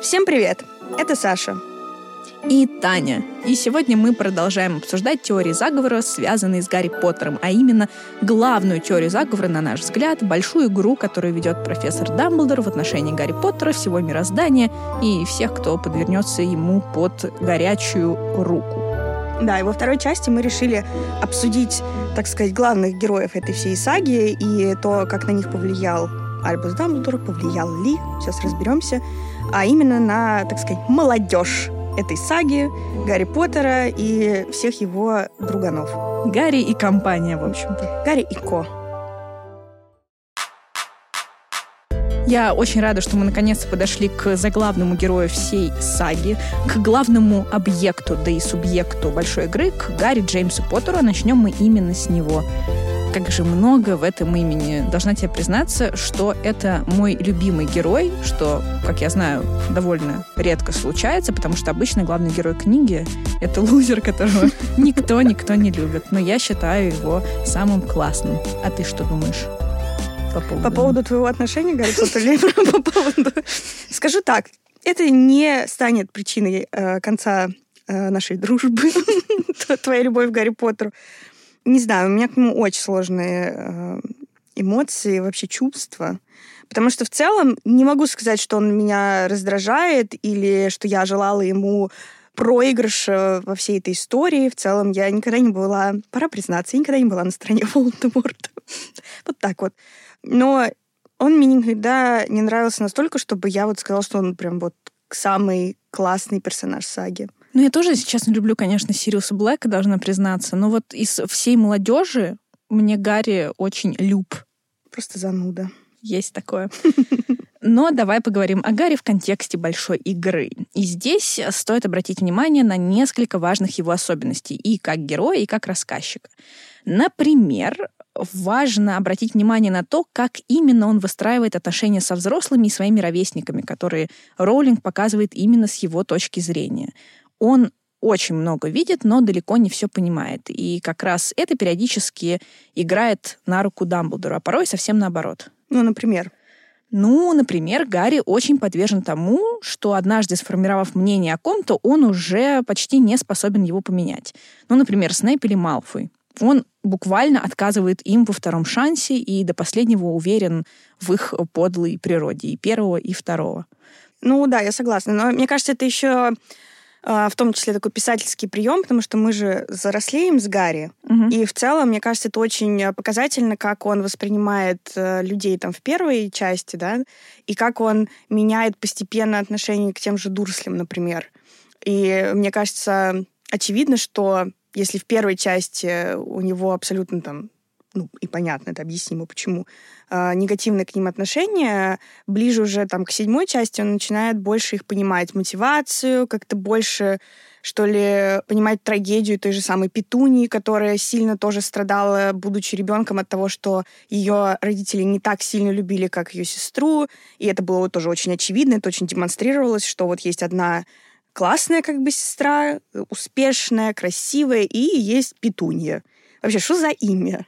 Всем привет! Это Саша. И Таня. И сегодня мы продолжаем обсуждать теории заговора, связанные с Гарри Поттером, а именно главную теорию заговора, на наш взгляд, большую игру, которую ведет профессор Дамблдор в отношении Гарри Поттера, всего мироздания и всех, кто подвернется ему под горячую руку. Да, и во второй части мы решили обсудить, так сказать, главных героев этой всей саги и то, как на них повлиял Альбус Дамблдор, повлиял ли, сейчас разберемся, а именно на, так сказать, молодежь этой саги, Гарри Поттера и всех его друганов. Гарри и компания, в общем-то. Гарри и ко. Я очень рада, что мы наконец-то подошли к заглавному герою всей саги, к главному объекту, да и субъекту большой игры, к Гарри Джеймсу Поттеру. Начнем мы именно с него. Как же много в этом имени. Должна тебе признаться, что это мой любимый герой, что, как я знаю, довольно редко случается, потому что обычно главный герой книги — это лузер, которого никто не любит. Но я считаю его самым классным. А ты что думаешь? По поводу твоего отношения, Гарри Поттер, по поводу... Скажу так, это не станет причиной конца нашей дружбы, твоя любовь к Гарри Поттеру. Не знаю, у меня к нему очень сложные эмоции, вообще чувства. Потому что в целом не могу сказать, что он меня раздражает или что я желала ему проигрыша во всей этой истории. В целом я никогда не была, пора признаться, я никогда не была на стороне Волан-де-Морта. Вот так вот. Но он мне никогда не нравился настолько, чтобы я вот сказала, что он прям вот самый классный персонаж саги. Ну, я тоже, если честно, люблю, конечно, Сириуса Блэка, должна признаться. Но вот из всей молодежи мне Гарри очень люб. Просто зануда. Есть такое. Но давай поговорим о Гарри в контексте большой игры. И здесь стоит обратить внимание на несколько важных его особенностей. И как героя, и как рассказчика. Например, важно обратить внимание на то, как именно он выстраивает отношения со взрослыми и своими ровесниками, которые Роулинг показывает именно с его точки зрения. Он очень много видит, но далеко не все понимает. И как раз это периодически играет на руку Дамблдору, а порой совсем наоборот. Например, Гарри очень подвержен тому, что однажды сформировав мнение о ком-то, он уже почти не способен его поменять. Например, Снейп или Малфой. Он буквально отказывает им во втором шансе и до последнего уверен в их подлой природе, и первого, и второго. Да, я согласна. Но мне кажется, это еще в том числе такой писательский прием, потому что мы же взрослеем с Гарри. Угу. И в целом, мне кажется, это очень показательно, как он воспринимает людей там в первой части, да, и как он меняет постепенно отношение к тем же Дурслям, например. И мне кажется, очевидно, что если в первой части у него абсолютно там, и понятно, это объяснимо, почему, негативное к ним отношение, ближе уже там к 7 части он начинает больше их понимать, мотивацию, как-то больше, что ли, понимать трагедию той же самой Петунии, которая сильно тоже страдала, будучи ребенком, от того, что ее родители не так сильно любили, как ее сестру, и это было тоже очень очевидно, это очень демонстрировалось, что вот есть одна классная как бы сестра, успешная, красивая, и есть Петунья. Вообще, что за имя?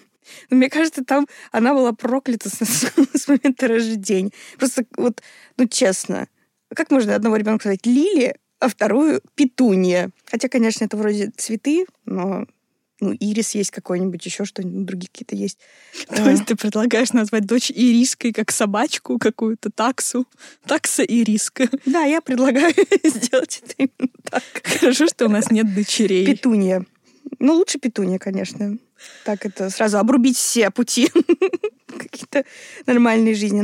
Мне кажется, там она была проклята с момента рождения. Просто вот, честно, как можно одного ребенка сказать Лили, а вторую Петунья? Хотя, конечно, это вроде цветы, но Ирис есть какой-нибудь, еще что-нибудь, другие какие-то есть. То есть ты предлагаешь назвать дочь Ириской, как собачку какую-то, таксу? Такса Ириска. Да, я предлагаю сделать это именно так. Хорошо, что у нас нет дочерей. Петунья. Лучше Петунья, конечно. Так это сразу обрубить все пути какие-то нормальной жизни.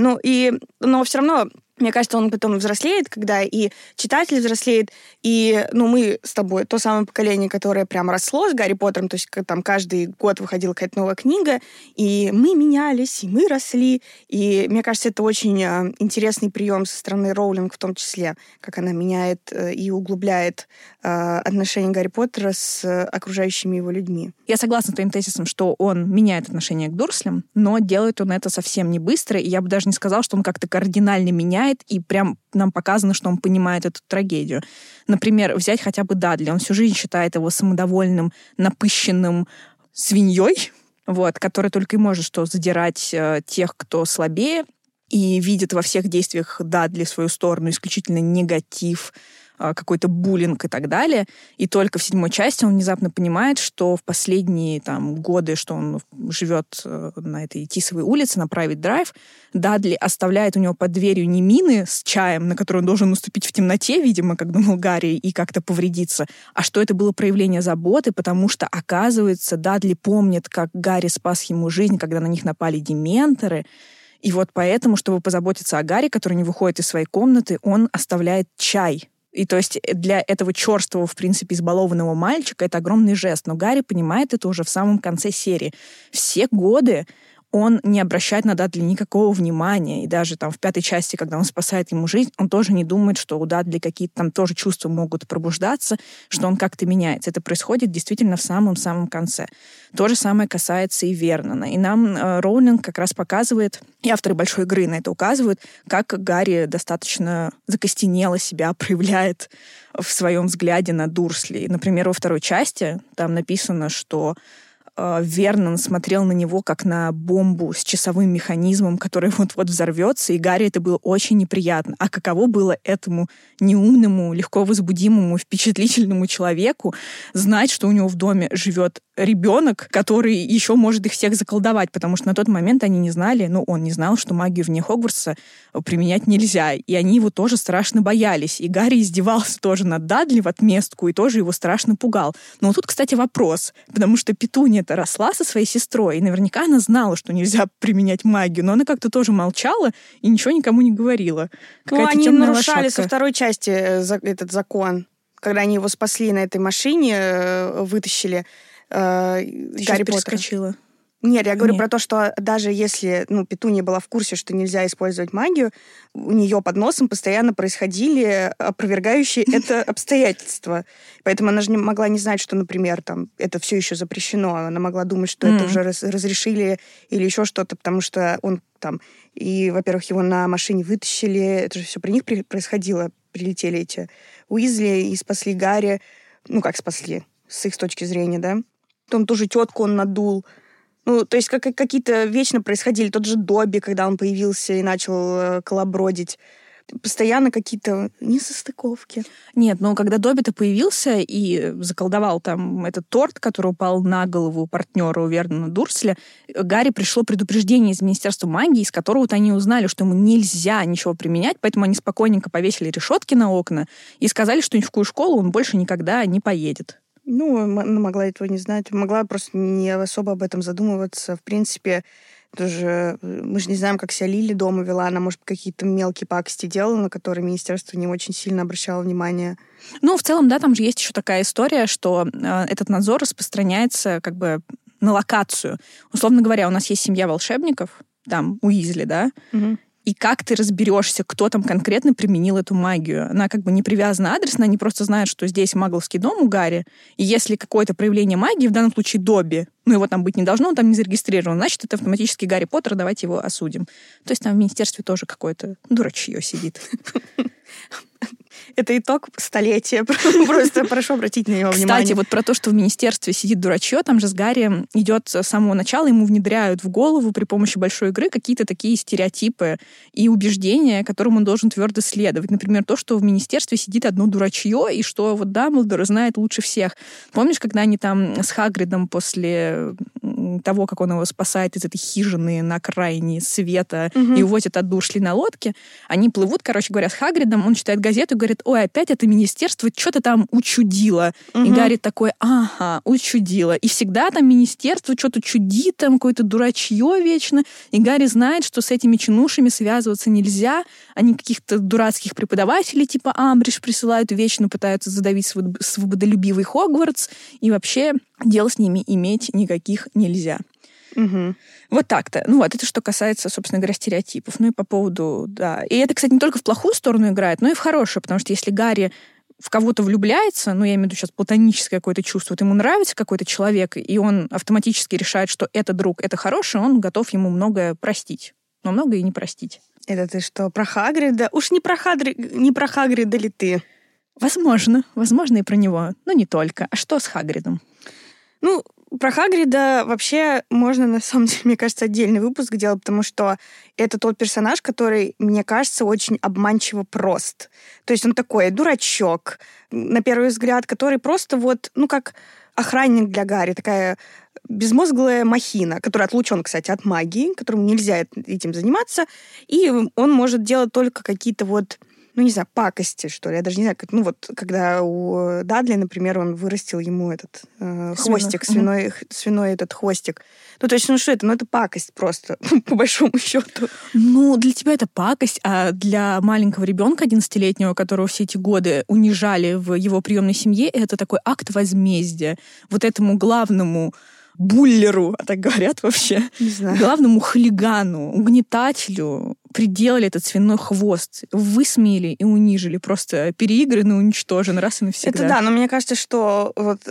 Но все равно, мне кажется, он потом взрослеет, когда и читатель взрослеет, и мы с тобой то самое поколение, которое прям росло с Гарри Поттером, то есть там каждый год выходила какая-то новая книга, и мы менялись, и мы росли. И мне кажется, это очень интересный прием со стороны Роулинг в том числе, как она меняет и углубляет отношения Гарри Поттера с окружающими его людьми. Я согласна с твоим тезисом, что он меняет отношение к Дурслям, но делает он это совсем не быстро, и я бы даже не сказала, что он как-то кардинально меняет, и прям нам показано, что он понимает эту трагедию. Например, взять хотя бы Дадли. Он всю жизнь считает его самодовольным, напыщенным свиньей, который только и может что задирать тех, кто слабее. и видит во всех действиях Дадли свою сторону исключительно негатив, какой-то буллинг и так далее. И только в 7 части он внезапно понимает, что в последние годы, что он живет на этой Тисовой улице, на Private Drive, Дадли оставляет у него под дверью не мины с чаем, на которые он должен наступить в темноте, видимо, как думал Гарри, и как-то повредиться, а что это было проявление заботы, потому что, оказывается, Дадли помнит, как Гарри спас ему жизнь, когда на них напали дементоры. И вот поэтому, чтобы позаботиться о Гарри, который не выходит из своей комнаты, он оставляет чай. И то есть для этого черствого, в принципе, избалованного мальчика это огромный жест. Но Гарри понимает это уже в самом конце серии. Все годы он не обращает на Дадли никакого внимания. И даже в 5 части, когда он спасает ему жизнь, он тоже не думает, что у Дадли какие-то тоже чувства могут пробуждаться, что он как-то меняется. Это происходит действительно в самом-самом конце. То же самое касается и Вернона. И нам Роулинг как раз показывает, и авторы «Большой игры» на это указывают, как Гарри достаточно закостенело себя проявляет в своем взгляде на Дурсли. Например, во 2 части там написано, что Вернон смотрел на него как на бомбу с часовым механизмом, который вот-вот взорвется, и Гарри это было очень неприятно. А каково было этому неумному, легко возбудимому, впечатлительному человеку знать, что у него в доме живет ребенок, который еще может их всех заколдовать, потому что на тот момент они не знали, он не знал, что магию вне Хогвартса применять нельзя, и они его тоже страшно боялись. И Гарри издевался тоже над Дадли в отместку, и тоже его страшно пугал. Но вот тут, кстати, вопрос, потому что Петунья-то росла со своей сестрой, и наверняка она знала, что нельзя применять магию, но она как-то тоже молчала и ничего никому не говорила. Они нарушали со 2 части этот закон, когда они его спасли на этой машине, вытащили. Гарри Поттера. Нет, я говорю про то, что даже если Петунья была в курсе, что нельзя использовать магию, у нее под носом постоянно происходили опровергающие это обстоятельства. Поэтому она же не могла не знать, что, например, это все еще запрещено. Она могла думать, что это уже разрешили или еще что-то, потому что он и, во-первых, его на машине вытащили, это же все при них происходило, прилетели эти Уизли и спасли Гарри. Как спасли, с их точки зрения, да? Потом ту же тетку он надул. То есть какие-то вечно происходили. Тот же Добби, когда он появился и начал колобродить. Постоянно какие-то несостыковки. Нет, когда Добби-то появился и заколдовал этот торт, который упал на голову партнеру Вернона Дурсли, Гарри пришло предупреждение из Министерства магии, из которого они узнали, что ему нельзя ничего применять, поэтому они спокойненько повесили решетки на окна и сказали, что ни в какую школу он больше никогда не поедет. Она могла этого не знать. Могла просто не особо об этом задумываться. В принципе, тоже мы же не знаем, как себя Лили дома вела. Она, может, какие-то мелкие пакости делала, на которые министерство не очень сильно обращало внимание. В целом, да, там же есть еще такая история, что этот надзор распространяется на локацию. Условно говоря, у нас есть семья волшебников, Уизли, да, и как ты разберешься, кто там конкретно применил эту магию? Она не привязана адресно, они просто знают, что здесь магловский дом у Гарри, и если какое-то проявление магии, в данном случае Добби, его там быть не должно, он там не зарегистрирован, значит, это автоматически Гарри Поттер, давайте его осудим. То есть там в министерстве тоже какое-то дурачье сидит. Это итог столетия. Просто прошу обратить на него внимание. Кстати, вот про то, что в министерстве сидит дурачье, там же с Гарри идет с самого начала, ему внедряют в голову при помощи большой игры какие-то такие стереотипы и убеждения, которым он должен твердо следовать. Например, то, что в министерстве сидит одно дурачье, и что Дамблдор знает лучше всех. Помнишь, когда они с Хагридом после того, как он его спасает из этой хижины на окраине света и увозит от Дурсли на лодке, они плывут, с Хагридом, он читает газету и говорит: ой, опять это министерство что-то там учудило. И Гарри такой: ага, учудило. И всегда министерство что-то чудит, какое-то дурачье вечно. И Гарри знает, что с этими чинушами связываться нельзя. Они каких-то дурацких преподавателей типа Амбридж присылают и вечно пытаются задавить свободолюбивый Хогвартс. И вообще дел с ними иметь никаких нельзя. Вот так-то. Это что касается, собственно говоря, стереотипов. И по поводу, да. И это, кстати, не только в плохую сторону играет, но и в хорошую, потому что если Гарри в кого-то влюбляется, я имею в виду сейчас платоническое какое-то чувство, ему нравится какой-то человек, и он автоматически решает, что это друг, это хороший, он готов ему многое простить. Но многое и не простить. Это ты что, про Хагрида? Уж не про Хагрида ли ты? Возможно и про него, но не только. А что с Хагридом? про Хагрида вообще можно, на самом деле, мне кажется, отдельный выпуск делать, потому что это тот персонаж, который, мне кажется, очень обманчиво прост. То есть он такой дурачок, на первый взгляд, который просто вот, как охранник для Гарри, такая безмозглая махина, который отлучен, кстати, от магии, которому нельзя этим заниматься, и он может делать только какие-то вот, не знаю, пакости, что ли. Я даже не знаю, когда у Дадли, например, он вырастил ему этот хвостик, свиной этот хвостик. То есть, что это? Это пакость просто, по большому счету. Для тебя это пакость, а для маленького ребенка 11-летнего, которого все эти годы унижали в его приемной семье, это такой акт возмездия. Вот этому главному буллеру, а так говорят вообще, не знаю, главному хулигану, угнетателю приделали этот свиной хвост, высмеяли и унижили, просто переигран и уничтожен раз и навсегда. Это да, но мне кажется, что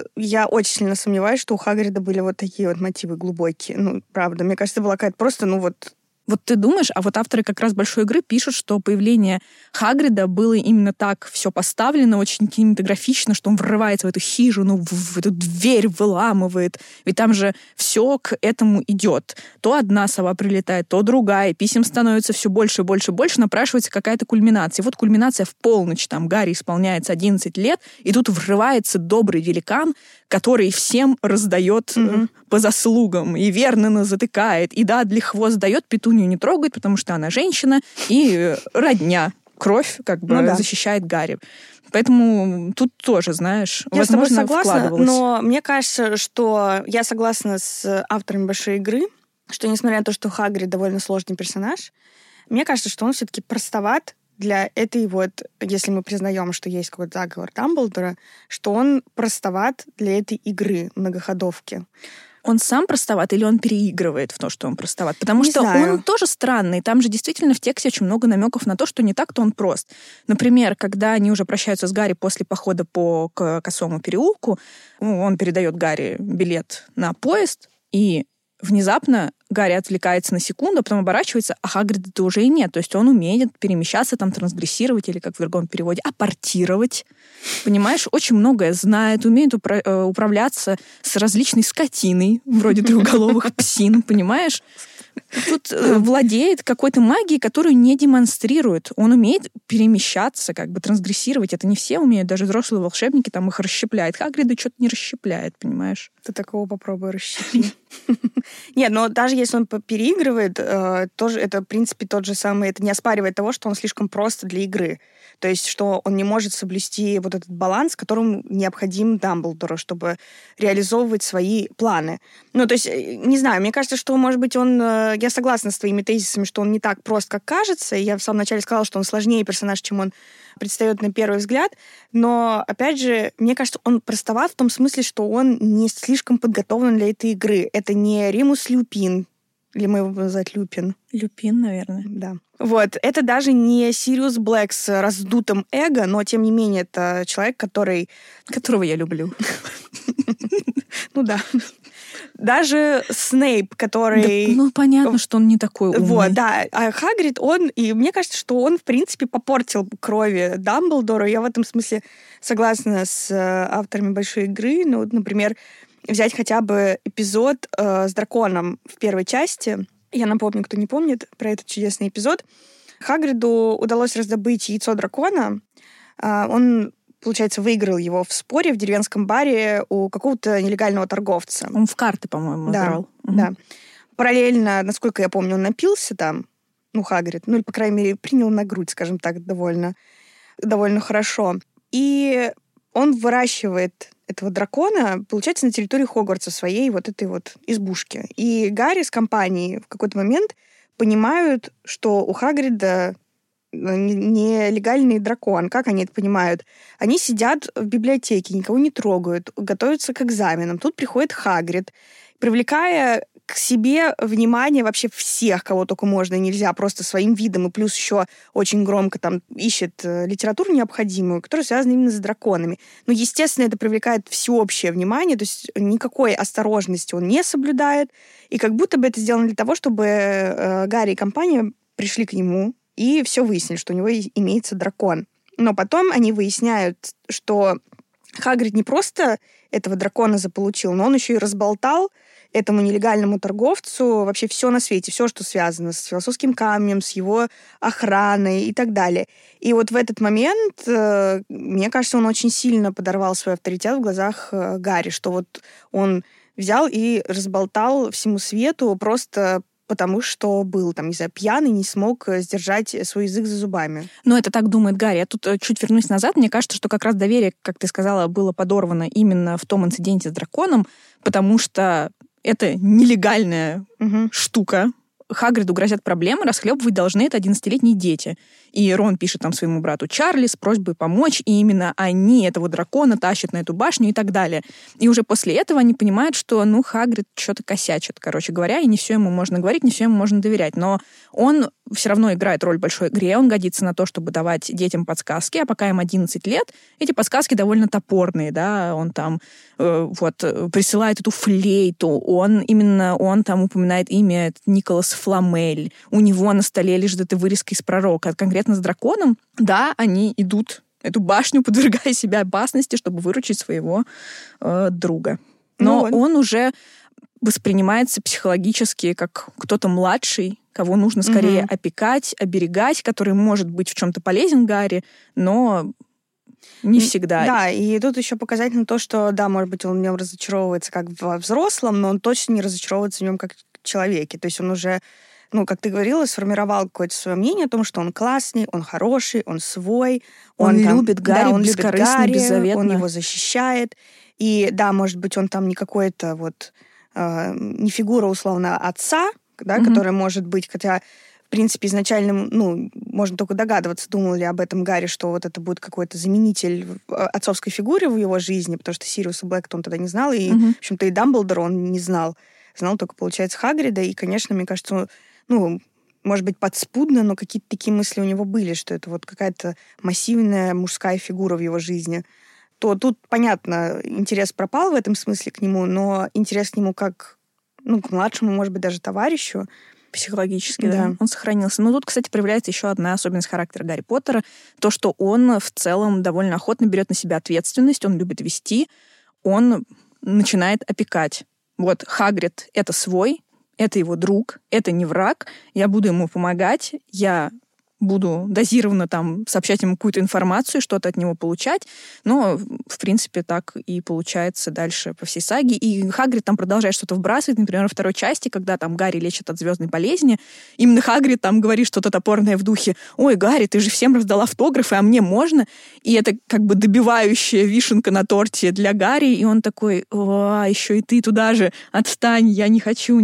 я очень сильно сомневаюсь, что у Хагрида были вот такие вот мотивы глубокие. Правда, мне кажется, была какая-то просто, Вот ты думаешь, а вот авторы как раз «Большой игры» пишут, что появление Хагрида было именно так все поставлено, очень кинематографично, что он врывается в эту хижину, в эту дверь выламывает. Ведь там же все к этому идет. То одна сова прилетает, то другая, писем становится все больше и больше и больше, напрашивается какая-то кульминация. И вот кульминация в полночь, там Гарри исполняется 11 лет, и тут врывается добрый великан, который всем раздает по заслугам, и Вернона затыкает, и Дадли хвост дает, Петунью не трогает, потому что она женщина, и родня. Кровь защищает Гарри. Поэтому тут тоже, знаешь, я возможно, с тобой согласна, вкладывалось. но мне кажется, что я согласна с авторами «Большой игры», что несмотря на то, что Хагрид довольно сложный персонаж, мне кажется, что он все-таки простоват для этой если мы признаем, что есть какой-то заговор Дамблдора, что он простоват для этой игры многоходовки. Он сам простоват или он переигрывает в то, что он простоват? Потому что он тоже странный. Там же действительно в тексте очень много намеков на то, что не так-то он прост. Например, когда они уже прощаются с Гарри после похода по Косому переулку, он передает Гарри билет на поезд, и внезапно Гарри отвлекается на секунду, а потом оборачивается, а Хагрида-то уже и нет. То есть он умеет перемещаться, трансгрессировать, или как в другом переводе, апортировать. Понимаешь, очень многое знает, умеет управляться с различной скотиной, вроде трехголовых псин, понимаешь? Тут владеет какой-то магией, которую не демонстрирует. Он умеет перемещаться, трансгрессировать. Это не все умеют, даже взрослые волшебники их расщепляют. Хагрида что-то не расщепляет, понимаешь? Ты такого попробуй расщепить. Нет, но даже если он переигрывает, тоже это, в принципе, тот же самый... Это не оспаривает того, что он слишком просто для игры. То есть, что он не может соблюсти вот этот баланс, которым необходим Дамблдору, чтобы реализовывать свои планы. То есть, не знаю, мне кажется, что, может быть, он... Я согласна с твоими тезисами, что он не так прост, как кажется. Я в самом начале сказала, что он сложнее персонаж, чем он предстает на первый взгляд. Но, опять же, мне кажется, он простоват в том смысле, что он не слишком подготовлен для этой игры. Это не Римус Люпин. Или мы его будем называть Люпин? Люпин, наверное. Да. Это даже не Сириус Блэк с раздутым эго, но, тем не менее, это человек, которого я люблю. Да. Даже Снейп, который... понятно, что он не такой умный. Да. А Хагрид, и мне кажется, что он, в принципе, попортил крови Дамблдору. Я в этом смысле согласна с авторами «Большой игры». Например, взять хотя бы эпизод с драконом в первой части. Я напомню, кто не помнит про этот чудесный эпизод. Хагриду удалось раздобыть яйцо дракона. Он, получается, выиграл его в споре в деревенском баре у какого-то нелегального торговца. Он в карты, по-моему, играл. Да. Параллельно, насколько я помню, он напился там, Хагрид, или, по крайней мере, принял на грудь, скажем так, довольно хорошо. И он выращивает этого дракона, получается, на территории Хогвартса, своей этой избушки. И Гарри с компанией в какой-то момент понимают, что у Хагрида нелегальный дракон. Как они это понимают? Они сидят в библиотеке, никого не трогают, готовятся к экзаменам. Тут приходит Хагрид, привлекая к себе внимание вообще всех, кого только можно и нельзя, просто своим видом, и плюс еще очень громко ищет литературу необходимую, которая связана именно с драконами. Естественно, это привлекает всеобщее внимание, то есть никакой осторожности он не соблюдает, и как будто бы это сделано для того, чтобы Гарри и компания пришли к нему и все выяснили, что у него имеется дракон. Но потом они выясняют, что Хагрид не просто этого дракона заполучил, но он еще и разболтал этому нелегальному торговцу вообще все на свете, все, что связано с философским камнем, с его охраной и так далее. И вот в этот момент, мне кажется, он очень сильно подорвал свой авторитет в глазах Гарри, что вот он взял и разболтал всему свету просто потому, что был, там, не знаю, пьяный, не смог сдержать свой язык за зубами. Но это так думает Гарри. Я тут чуть вернусь назад. Мне кажется, что как раз доверие, как ты сказала, было подорвано именно в том инциденте с драконом, потому что это нелегальная штука. Хагриду грозят проблемы, расхлебывать должны это 11-летние дети. И Рон пишет там своему брату Чарли с просьбой помочь, и именно они этого дракона тащат на эту башню и так далее. И уже после этого они понимают, что, Хагрид что-то косячит, короче говоря, и не все ему можно говорить, не все ему можно доверять. Но он все равно играет роль в большой игре, он годится на то, чтобы давать детям подсказки, а пока им 11 лет, эти подсказки довольно топорные, да, он там присылает эту флейту, он там упоминает имя Николас Фламель, у него на столе лежит эта вырезка из пророка, конкретно с драконом, да, они идут эту башню, подвергая себя опасности, чтобы выручить своего друга. Но он уже воспринимается психологически как кто-то младший, кого нужно скорее опекать, оберегать, который может быть в чем-то полезен Гарри, но не всегда. Да, и тут еще показательно то, что, да, может быть, он в нем разочаровывается как во взрослом, но он точно не разочаровывается в нем как в человеке. То есть он уже, как ты говорила, сформировал какое-то свое мнение о том, что он классный, он хороший, он свой. Он любит Гарри, он бескорыстно, беззаветно. Он его защищает. И, да, может быть, он там не какой-то не фигура, условно, отца, да, который может быть, хотя, в принципе, изначально, можно только догадываться, думал ли об этом Гарри, что вот это будет какой-то заменитель отцовской фигуре в его жизни, потому что Сириуса Блэка он тогда не знал, и, в общем-то, и Дамблдора он не знал. Знал только, получается, Хагрида, и, конечно, мне кажется, может быть, подспудно, но какие-то такие мысли у него были, что это вот какая-то массивная мужская фигура в его жизни. То тут, понятно, интерес пропал в этом смысле к нему, но интерес к нему как, к младшему, может быть, даже товарищу, психологически, да, он сохранился. Но тут, кстати, проявляется еще одна особенность характера Гарри Поттера, то, что он в целом довольно охотно берет на себя ответственность, он любит вести, он начинает опекать. Вот Хагрид — это свой, это его друг, это не враг, я буду ему помогать, я буду дозированно там сообщать ему какую-то информацию, что-то от него получать, но, в принципе, так и получается дальше по всей саге. И Хагрид там продолжает что-то вбрасывать, например, во второй части, когда там Гарри лечит от звездной болезни, именно Хагрид там говорит что-то топорное в духе: «Ой, Гарри, ты же всем раздал автографы, а мне можно?» И это как бы добивающая вишенка на торте для Гарри, и он такой: «О, еще и ты туда же, отстань, я не хочу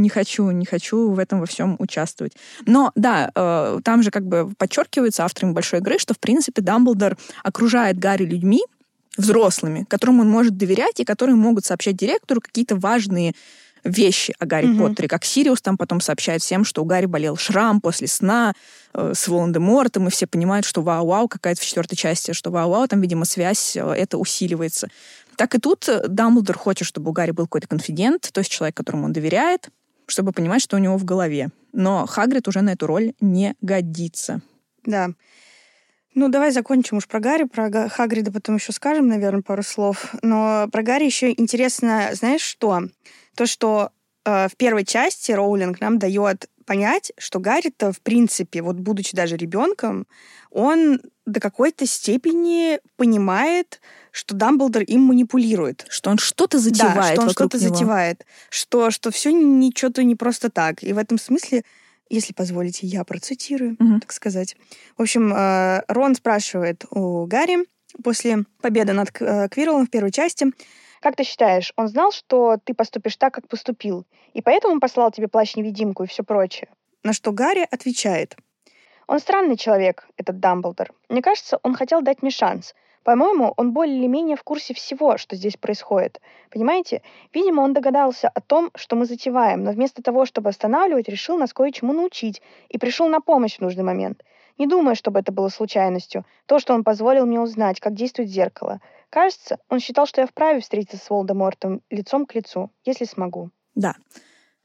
в этом во всем участвовать». Но да, там же как бы подчеркивается авторами большой игры, что, в принципе, Дамблдор окружает Гарри людьми, взрослыми, которым он может доверять и которые могут сообщать директору какие-то важные вещи о Гарри Поттере. Как Сириус там потом сообщает всем, что у Гарри болел шрам после сна с Волан-де-Мортом, и все понимают, что вау-вау, какая-то в 4-й части, что вау-вау, там, видимо, связь, это усиливается. Так и тут Дамблдор хочет, чтобы у Гарри был какой-то конфидент, то есть человек, которому он доверяет, чтобы понимать, что у него в голове. Но Хагрид уже на эту роль не годится. Да. Давай закончим уж про Гарри, про Хагрида потом еще скажем, наверное, пару слов. Но про Гарри еще интересно, знаешь что? То, что в первой части Роулинг нам дает понять, что Гарри-то, в принципе, вот будучи даже ребенком, он до какой-то степени понимает, что Дамблдор им манипулирует. Что он что-то затевает. Да, что он что-то затевает. Что все что-то не просто так. И в этом смысле, если позволите, я процитирую, так сказать. В общем, Рон спрашивает у Гарри после победы над Квирлом в первой части: «Как ты считаешь, он знал, что ты поступишь так, как поступил, и поэтому послал тебе плащ-невидимку и все прочее?» На что Гарри отвечает: «Он странный человек, этот Дамблдор. Мне кажется, он хотел дать мне шанс. По-моему, он более или менее в курсе всего, что здесь происходит. Понимаете? Видимо, он догадался о том, что мы затеваем, но вместо того, чтобы останавливать, решил нас кое-чему научить и пришел на помощь в нужный момент. Не думаю, чтобы это было случайностью. То, что он позволил мне узнать, как действует зеркало. Кажется, он считал, что я вправе встретиться с Волан-де-Мортом лицом к лицу, если смогу». Да.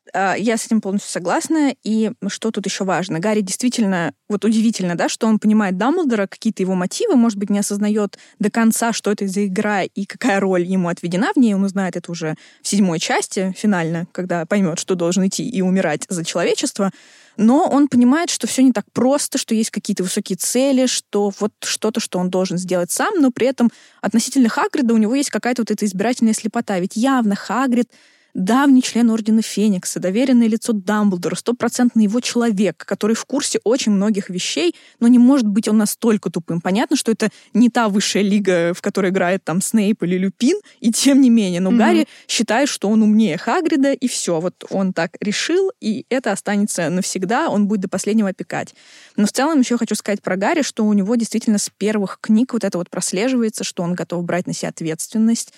Я с этим полностью согласна. И что тут еще важно? Гарри действительно, вот удивительно, да, что он понимает Дамблдора, какие-то его мотивы, может быть, не осознает до конца, что это за игра и какая роль ему отведена в ней. Он узнает это уже в 7 части, финально, когда поймет, что должен идти и умирать за человечество. Но он понимает, что все не так просто, что есть какие-то высокие цели, что вот что-то, что он должен сделать сам, но при этом относительно Хагрида у него есть какая-то вот эта избирательная слепота. Ведь явно Хагрид давний член Ордена Феникса, доверенное лицо Дамблдора, 100% его человек, который в курсе очень многих вещей, но не может быть он настолько тупым. Понятно, что это не та высшая лига, в которой играет там Снейп или Люпин, и тем не менее. Но Гарри считает, что он умнее Хагрида, и все. Вот он так решил, и это останется навсегда, он будет до последнего опекать. Но в целом еще хочу сказать про Гарри, что у него действительно с первых книг вот это вот прослеживается, что он готов брать на себя ответственность,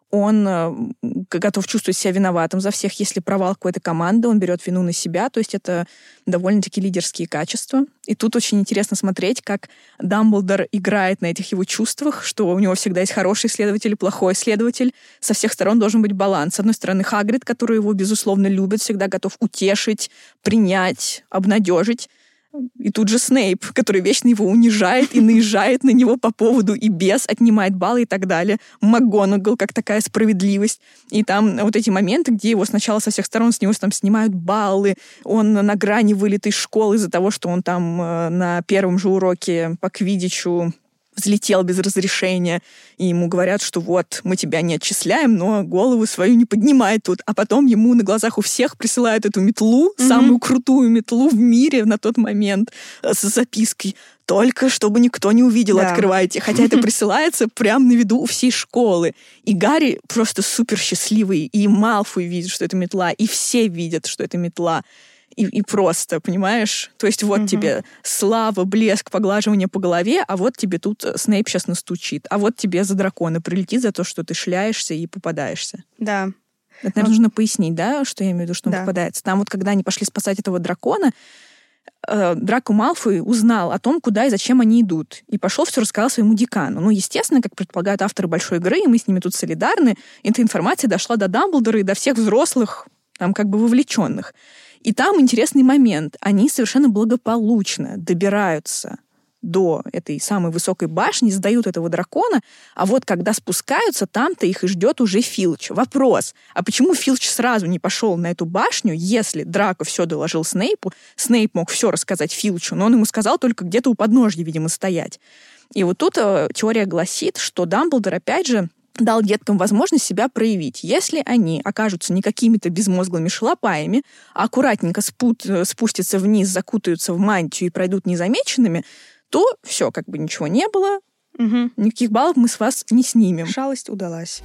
он готов чувствовать себя виноватым за всех. Если провал какой-то команды, он берет вину на себя. То есть это довольно-таки лидерские качества. И тут очень интересно смотреть, как Дамблдор играет на этих его чувствах, что у него всегда есть хороший исследователь и плохой исследователь. Со всех сторон должен быть баланс. С одной стороны, Хагрид, который его, безусловно, любит, всегда готов утешить, принять, обнадежить. И тут же Снейп, который вечно его унижает и наезжает на него по поводу и без, отнимает баллы и так далее. МакГонагал, как такая справедливость. И там вот эти моменты, где его сначала со всех сторон с него там снимают баллы, он на грани вылета из школы из-за того, что он там на первом же уроке по квиддичу взлетел без разрешения, и ему говорят, что вот, мы тебя не отчисляем, но голову свою не поднимай тут. А потом ему на глазах у всех присылают эту метлу, самую крутую метлу в мире на тот момент, с запиской «Только чтобы никто не увидел, открывайте». Хотя это присылается прямо на виду у всей школы. И Гарри просто супер счастливый, и Малфой видит, что это метла, и все видят, что это метла. И просто, понимаешь? То есть вот тебе слава, блеск, поглаживание по голове, а вот тебе тут Снейп сейчас настучит. А вот тебе за дракона прилетит за то, что ты шляешься и попадаешься. Да. Это, наверное, нужно пояснить, да, что я имею в виду, что он попадается. Там вот, когда они пошли спасать этого дракона, Драко Малфой узнал о том, куда и зачем они идут. И пошел все рассказал своему декану. Ну, естественно, как предполагают авторы большой игры, и мы с ними тут солидарны, эта информация дошла до Дамблдора и до всех взрослых, там как бы вовлеченных. И там интересный момент. Они совершенно благополучно добираются до этой самой высокой башни, сдают этого дракона, а вот когда спускаются, там-то их и ждет уже Филч. Вопрос, а почему Филч сразу не пошел на эту башню, если Драко все доложил Снейпу, Снейп мог все рассказать Филчу, но он ему сказал только где-то у подножья, видимо, стоять. И вот тут теория гласит, что Дамблдор, опять же, дал деткам возможность себя проявить. Если они окажутся не какими-то безмозглыми шалопаями, а аккуратненько спустятся вниз, закутаются в мантию и пройдут незамеченными, то все, как бы ничего не было, никаких баллов мы с вас не снимем. Шалость удалась.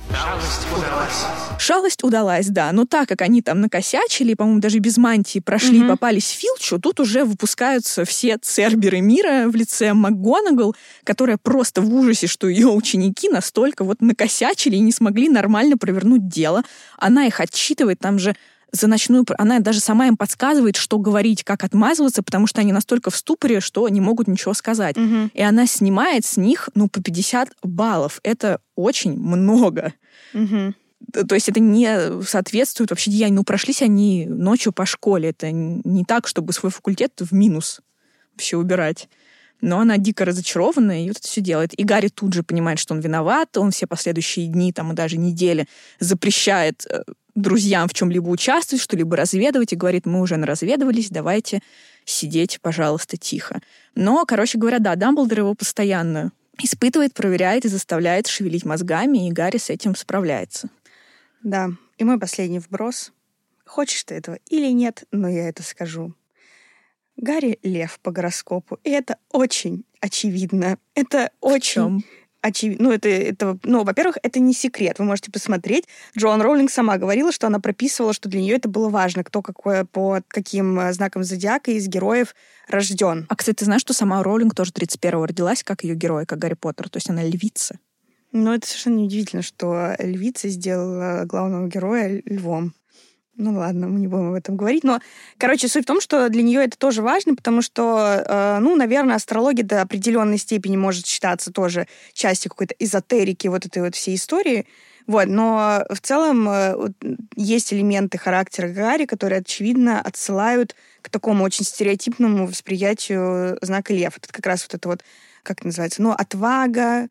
Шалость удалась, да. Но так как они там накосячили, по-моему, даже без мантии прошли и попались Филчу, тут уже выпускаются все церберы мира в лице МакГонагал, которая просто в ужасе, что ее ученики настолько вот накосячили и не смогли нормально провернуть дело. Она их отчитывает, там же за ночную... Она даже сама им подсказывает, что говорить, как отмазываться, потому что они настолько в ступоре, что не могут ничего сказать. И она снимает с них, по 50 баллов. Это очень много. То есть это не соответствует вообще деянию. Прошлись они ночью по школе. Это не так, чтобы свой факультет в минус вообще убирать. Но она дико разочарована и вот это все делает. И Гарри тут же понимает, что он виноват. Он все последующие дни, там, и даже недели запрещает друзьям в чем-либо участвовать, что-либо разведывать, и говорит, мы уже наразведывались, давайте сидеть, пожалуйста, тихо. Но, короче говоря, да, Дамблдор его постоянно испытывает, проверяет и заставляет шевелить мозгами, и Гарри с этим справляется. Да, и мой последний вброс. Хочешь ты этого или нет, но я это скажу. Гарри — лев по гороскопу, и это очень очевидно. Это очень... очевидно. Во-первых, это не секрет. Вы можете посмотреть. Джоан Роулинг сама говорила, что она прописывала, что для нее это было важно, кто по каким знаком зодиака из героев рожден. А, кстати, ты знаешь, что сама Роулинг тоже 31-го родилась, как ее герой, как Гарри Поттер. То есть она львица. Это совершенно неудивительно, что львица сделала главного героя львом. Ну ладно, мы не будем об этом говорить. Но, суть в том, что для нее это тоже важно, потому что, наверное, астрология до определенной степени может считаться тоже частью какой-то эзотерики вот этой вот всей истории. Вот, но в целом есть элементы характера Гарри, которые, очевидно, отсылают к такому очень стереотипному восприятию знака лев. Это как раз вот это вот, как это называется, отвага,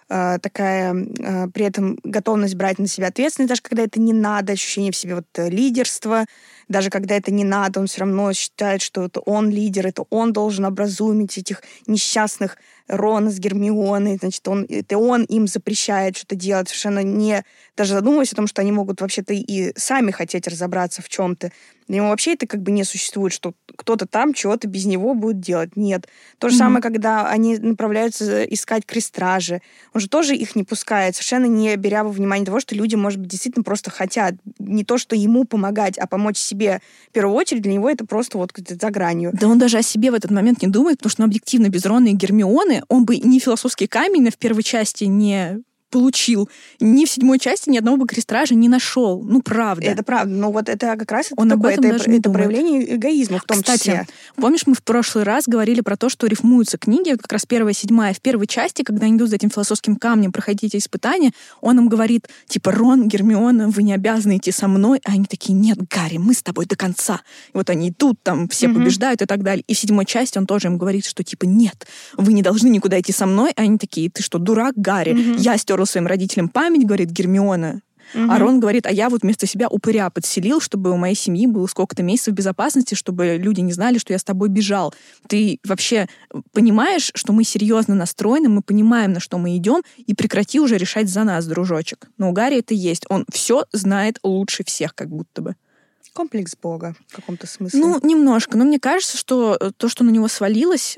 такая при этом готовность брать на себя ответственность, даже когда это не надо, ощущение в себе лидерства, даже когда это не надо, он все равно считает, что это он лидер, это он должен образумить этих несчастных Рона с Гермионой, значит, это он им запрещает что-то делать, совершенно не даже задумываясь о том, что они могут вообще-то и сами хотеть разобраться в чем-то. Для него вообще это не существует, что кто-то там чего-то без него будет делать. Нет. То же самое, когда они направляются искать крестражи. Он же тоже их не пускает, совершенно не беря во внимание того, что люди, может быть, действительно просто хотят не то, что ему помогать, а помочь себе в первую очередь. Для него это просто за гранью. Да он даже о себе в этот момент не думает, потому что объективно без Рона и Гермионы он бы ни философский камень в первой части не получил, ни в 7 части ни одного бы крестража не нашел. Правда. Это правда. Но вот это как раз он такое, это проявление эгоизма в том числе. Помнишь, мы в прошлый раз говорили про то, что рифмуются книги, как раз 1 и 7. В первой части, когда они идут за этим философским камнем проходить эти испытания, он им говорит, Рон, Гермиона, вы не обязаны идти со мной. А они такие, нет, Гарри, мы с тобой до конца. И вот они идут, там все побеждают и так далее. И в 7 части он тоже им говорит, что нет, вы не должны никуда идти со мной. А они такие, ты что, дурак, Гарри? Я стерла своим родителям память, говорит Гермиона. А Рон говорит, а я вместо себя упыря подселил, чтобы у моей семьи было сколько-то месяцев безопасности, чтобы люди не знали, что я с тобой бежал. Ты вообще понимаешь, что мы серьезно настроены, мы понимаем, на что мы идем, и прекрати уже решать за нас, дружочек. Но у Гарри это есть. Он все знает лучше всех, как будто бы. Комплекс Бога в каком-то смысле. Немножко. Но мне кажется, что то, что на него свалилось,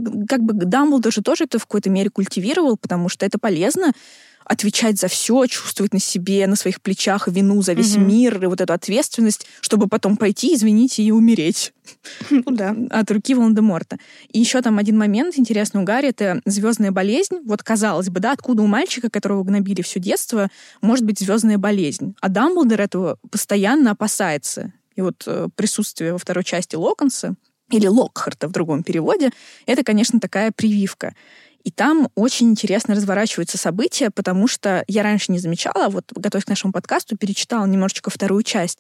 Дамблдор же тоже это в какой-то мере культивировал, потому что это полезно отвечать за все, чувствовать на себе, на своих плечах вину за весь мир и вот эту ответственность, чтобы потом пойти, извините, и умереть. Да. От руки Волан-де-Морта. И еще там один момент интересный у Гарри, это звездная болезнь. Вот казалось бы, откуда у мальчика, которого гнобили все детство, может быть звездная болезнь. А Дамблдор этого постоянно опасается. И присутствие во 2 части Локонса, или Локхарта в другом переводе, это, конечно, такая прививка. И там очень интересно разворачиваются события, потому что я раньше не замечала, готовясь к нашему подкасту, перечитала немножечко 2 часть.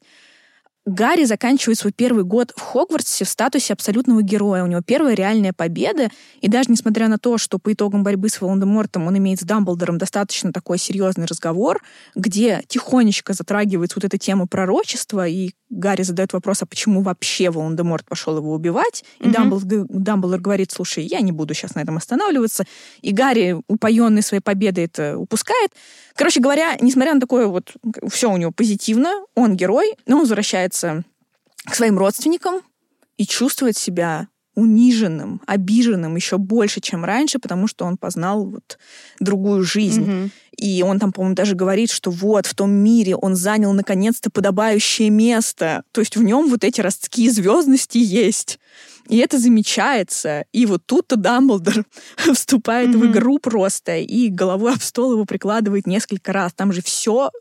Гарри заканчивает свой 1 год в Хогвартсе в статусе абсолютного героя. У него первая реальная победа, и даже несмотря на то, что по итогам борьбы с Волан-де-Мортом он имеет с Дамблдором достаточно такой серьезный разговор, где тихонечко затрагивается эта тема пророчества, и Гарри задает вопрос, а почему вообще Волан-де-Морт пошел его убивать, и Дамблдор говорит, слушай, я не буду сейчас на этом останавливаться, и Гарри, упоенный своей победой, это упускает. Короче говоря, несмотря на такое все у него позитивно, он герой, но он возвращается к своим родственникам и чувствует себя униженным, обиженным еще больше, чем раньше, потому что он познал другую жизнь. И он там, по-моему, даже говорит, что в том мире он занял наконец-то подобающее место. То есть в нем эти ростки звездности есть. И это замечается. И тут-то Дамблдор вступает в игру просто и головой об стол его прикладывает несколько раз. Там же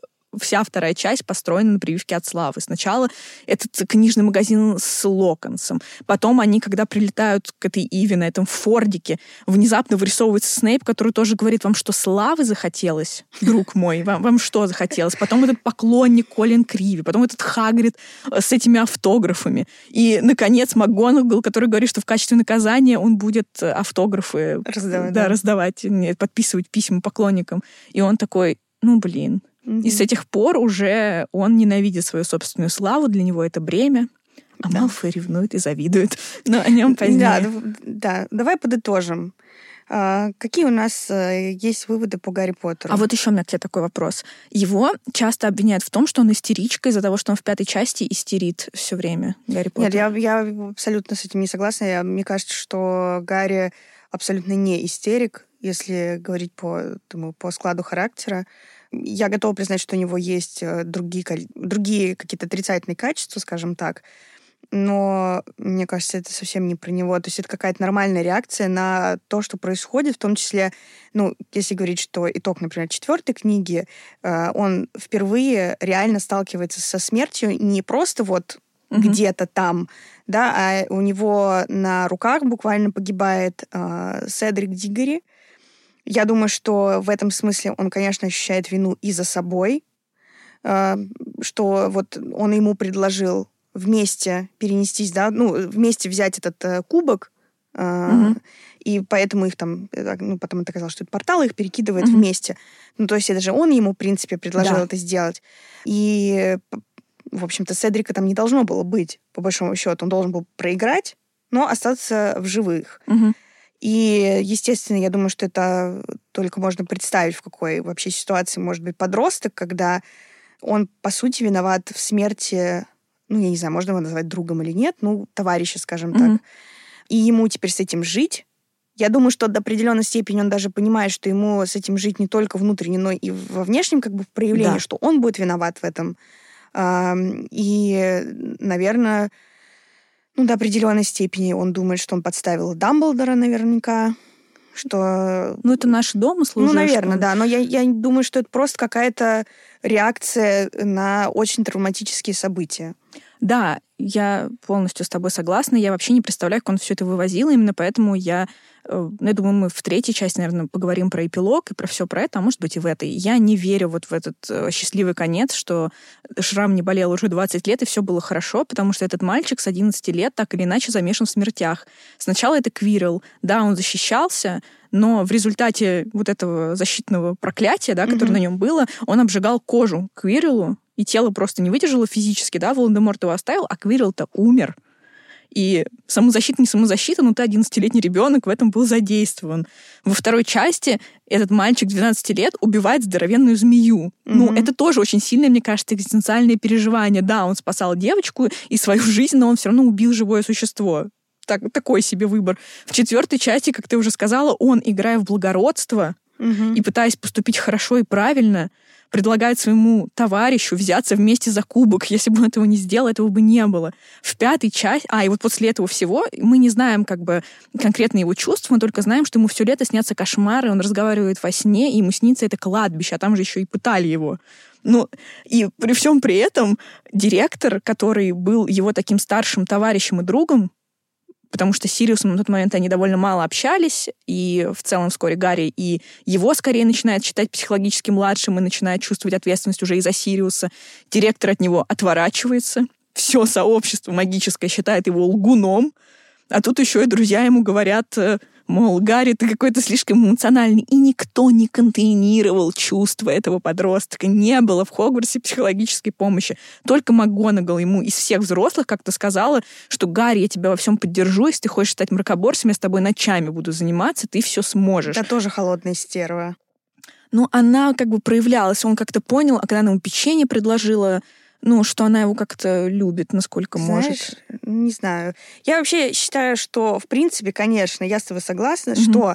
вся 2 часть построена на прививке от славы. Сначала этот книжный магазин с Локонсом. Потом они, когда прилетают к этой Иве на этом фордике, внезапно вырисовывается Снейп, который тоже говорит, вам что, славы захотелось, друг мой? Вам что захотелось? Потом этот поклонник Колин Криви, потом этот Хагрид с этими автографами. И, наконец, МакГонагал, который говорит, что в качестве наказания он будет автографы раздавать, подписывать письма поклонникам. И он такой, блин. И с этих пор уже он ненавидит свою собственную славу, для него это бремя. А Малфой ревнует и завидует. Но о нем позднее. Да. Давай подытожим. Какие у нас есть выводы по Гарри Поттеру? А еще у меня к тебе такой вопрос. Его часто обвиняют в том, что он истеричка из-за того, что он в 5 части истерит все время, Гарри Поттер. Нет, я абсолютно с этим не согласна. Мне кажется, что Гарри абсолютно не истерик, если говорить по складу характера. Я готова признать, что у него есть другие какие-то отрицательные качества, скажем так, но мне кажется, это совсем не про него. То есть это какая-то нормальная реакция на то, что происходит, в том числе, если говорить, что итог, например, 4 книги, он впервые реально сталкивается со смертью не просто где-то там, да, а у него на руках буквально погибает Седрик Диггори, Я думаю, что в этом смысле он, конечно, ощущает вину и за собой, что вот он ему предложил вместе перенестись, да, вместе взять этот кубок, и поэтому их там, потом это оказалось, что это портал их перекидывает вместе. То есть это же он ему, в принципе, предложил это сделать. И, в общем-то, Седрика там не должно было быть, по большому счету. Он должен был проиграть, но остаться в живых. И, естественно, я думаю, что это только можно представить, в какой вообще ситуации может быть подросток, когда он, по сути, виноват в смерти, я не знаю, можно его назвать другом или нет, товарища, скажем так. И ему теперь с этим жить. Я думаю, что до определенной степени он даже понимает, что ему с этим жить не только внутренне, но и во внешнем проявлении, что он будет виноват в этом. И, наверное, до определенной степени он думает, что он подставил Дамблдора наверняка, что... это наш домысл уже. Наверное, да. Но я думаю, что это просто какая-то реакция на очень травматические события. Да, я полностью с тобой согласна. Я вообще не представляю, как он все это вывозил. Именно поэтому я думаю, мы в третьей части, наверное, поговорим про эпилог и про все про это, а может быть и в этой. Я не верю вот в этот счастливый конец, что Шрам не болел уже 20 лет, и все было хорошо, потому что этот мальчик с 11 лет так или иначе замешан в смертях. Сначала это Квирл. Да, он защищался, но в результате вот этого защитного проклятия, да, которое на нем было, он обжигал кожу Квирлу, и тело просто не выдержало физически, да, Волан-де-Морт его оставил, а Квирл-то умер. И самозащита, не самозащита, но ты 11-летний ребенок в этом был задействован. Во второй части этот мальчик 12 лет убивает здоровенную змею. Это тоже очень сильное, мне кажется, экзистенциальное переживание. Да, он спасал девочку и свою жизнь, но он все равно убил живое существо. Такой себе выбор. В четвертой части, как ты уже сказала, он, играя в благородство и пытаясь поступить хорошо и правильно, предлагает своему товарищу взяться вместе за кубок. Если бы он этого не сделал, этого бы не было. В пятой части... и вот после этого всего мы не знаем конкретно его чувств, мы только знаем, что ему все лето снятся кошмары, он разговаривает во сне, и ему снится это кладбище, а там же еще и пытали его. И при всем при этом директор, который был его таким старшим товарищем и другом, потому что с Сириусом на тот момент они довольно мало общались, и в целом вскоре Гарри и его скорее начинает считать психологически младшим и начинает чувствовать ответственность уже и за Сириуса. Директор от него отворачивается, все сообщество магическое считает его лгуном, а тут еще и друзья ему говорят, мол, Гарри, ты какой-то слишком эмоциональный. И никто не контейнировал чувства этого подростка. Не было в Хогвартсе психологической помощи. Только МакГонагал ему из всех взрослых как-то сказала, что Гарри, я тебя во всем поддержу, если ты хочешь стать мракоборцем, я с тобой ночами буду заниматься, ты все сможешь. Это тоже холодная стерва. Она проявлялась, он как-то понял, а когда она ему печенье предложила, что она его как-то любит, насколько может. Не знаю. Я вообще считаю, что, в принципе, конечно, я с тобой согласна, что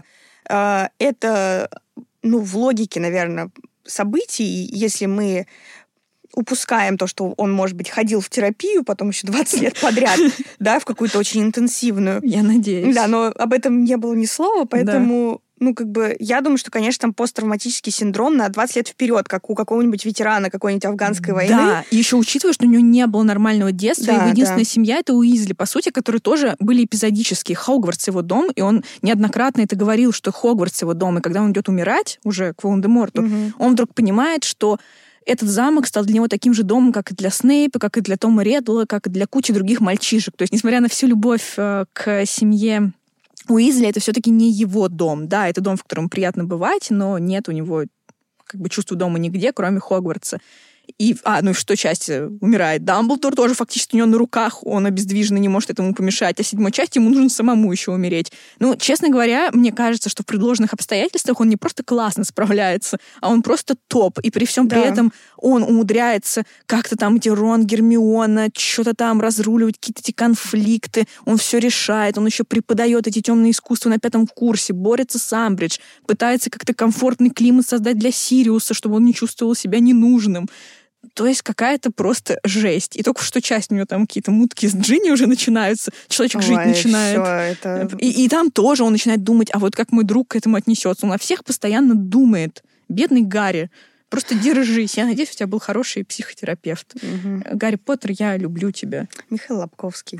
это, в логике, наверное, событий, если мы упускаем то, что он, может быть, ходил в терапию, потом еще 20 лет подряд, да, в какую-то очень интенсивную. Я надеюсь. Да, но об этом не было ни слова, поэтому... я думаю, что, конечно, там посттравматический синдром на 20 лет вперед, как у какого-нибудь ветерана какой-нибудь афганской войны. Да, и еще учитывая, что у него не было нормального детства, его единственная семья — это Уизли, по сути, которые тоже были эпизодические. Хогвартс — его дом, и он неоднократно это говорил, что Хогвартс — его дом, и когда он идет умирать уже к Волан-де-Морту, он вдруг понимает, что этот замок стал для него таким же домом, как и для Снейпа, как и для Тома Реддла, как и для кучи других мальчишек. То есть, несмотря на всю любовь к семье Уизли, это все-таки не его дом. Да, это дом, в котором приятно бывать, но нет у него чувства дома нигде, кроме Хогвартса. И в шестой части умирает Дамблдор, тоже фактически у него на руках, он обездвиженный, не может этому помешать. А в седьмой части ему нужно самому еще умереть. Честно говоря, мне кажется, что в предложенных обстоятельствах он не просто классно справляется, а он просто топ. И при всем при этом он умудряется как-то там эти Рон, Гермиона, что-то там разруливать, какие-то эти конфликты. Он все решает, он еще преподает эти темные искусства на 5 курсе, борется с Амбридж, пытается как-то комфортный климат создать для Сириуса, чтобы он не чувствовал себя ненужным. То есть какая-то просто жесть. И только что часть у него там какие-то мутки с Джинни уже начинаются. Человечек жить начинает. И там тоже он начинает думать, а вот как мой друг к этому отнесется. Он о всех постоянно думает. Бедный Гарри. Просто держись. Я надеюсь, у тебя был хороший психотерапевт. Гарри Поттер, я люблю тебя. Михаил Лобковский.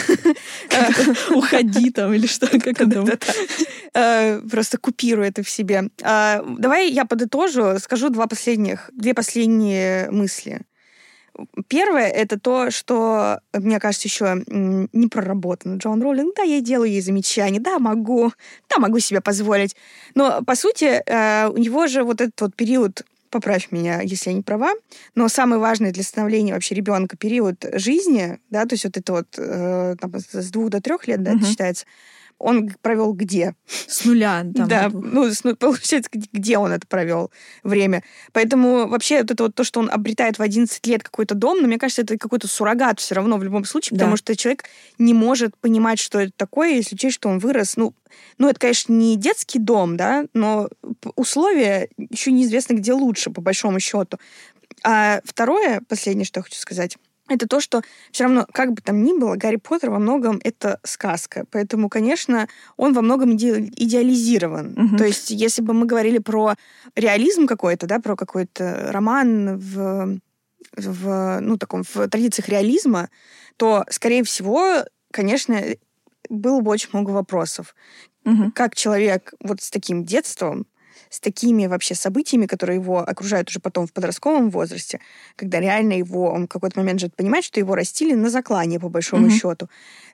Уходи там или что, как это? Просто купирую это в себе. Давай я подытожу, скажу две последние мысли. Первое — это то, что, мне кажется, еще не проработано. Джоан Роулинг, да, я делаю ей замечания, да, могу себе позволить. Но, по сути, у него же вот этот вот период, поправь меня, если я не права, но самый важный для становления вообще ребенка период жизни, да, то есть вот это вот там, с 2 до 3 лет, да, это считается, он провел где? С нуля. Там, да, получается, где он это провел время. Поэтому вообще вот это вот то, что он обретает в 11 лет какой-то дом, но мне кажется, это какой-то суррогат все равно в любом случае, потому что человек не может понимать, что это такое, если учесть, что он вырос. Ну, это, конечно, не детский дом, да, но условия еще неизвестно, где лучше, по большому счету. А второе, последнее, что я хочу сказать, это то, что все равно, как бы там ни было, Гарри Поттер во многом это сказка. Поэтому, конечно, он во многом идеализирован. То есть, если бы мы говорили про реализм какой-то, да, про какой-то роман в традициях реализма, то, скорее всего, конечно, было бы очень много вопросов. Как человек вот с таким детством, с такими вообще событиями, которые его окружают уже потом в подростковом возрасте, когда реально он в какой-то момент же понимает, что его растили на заклание, по большому счету.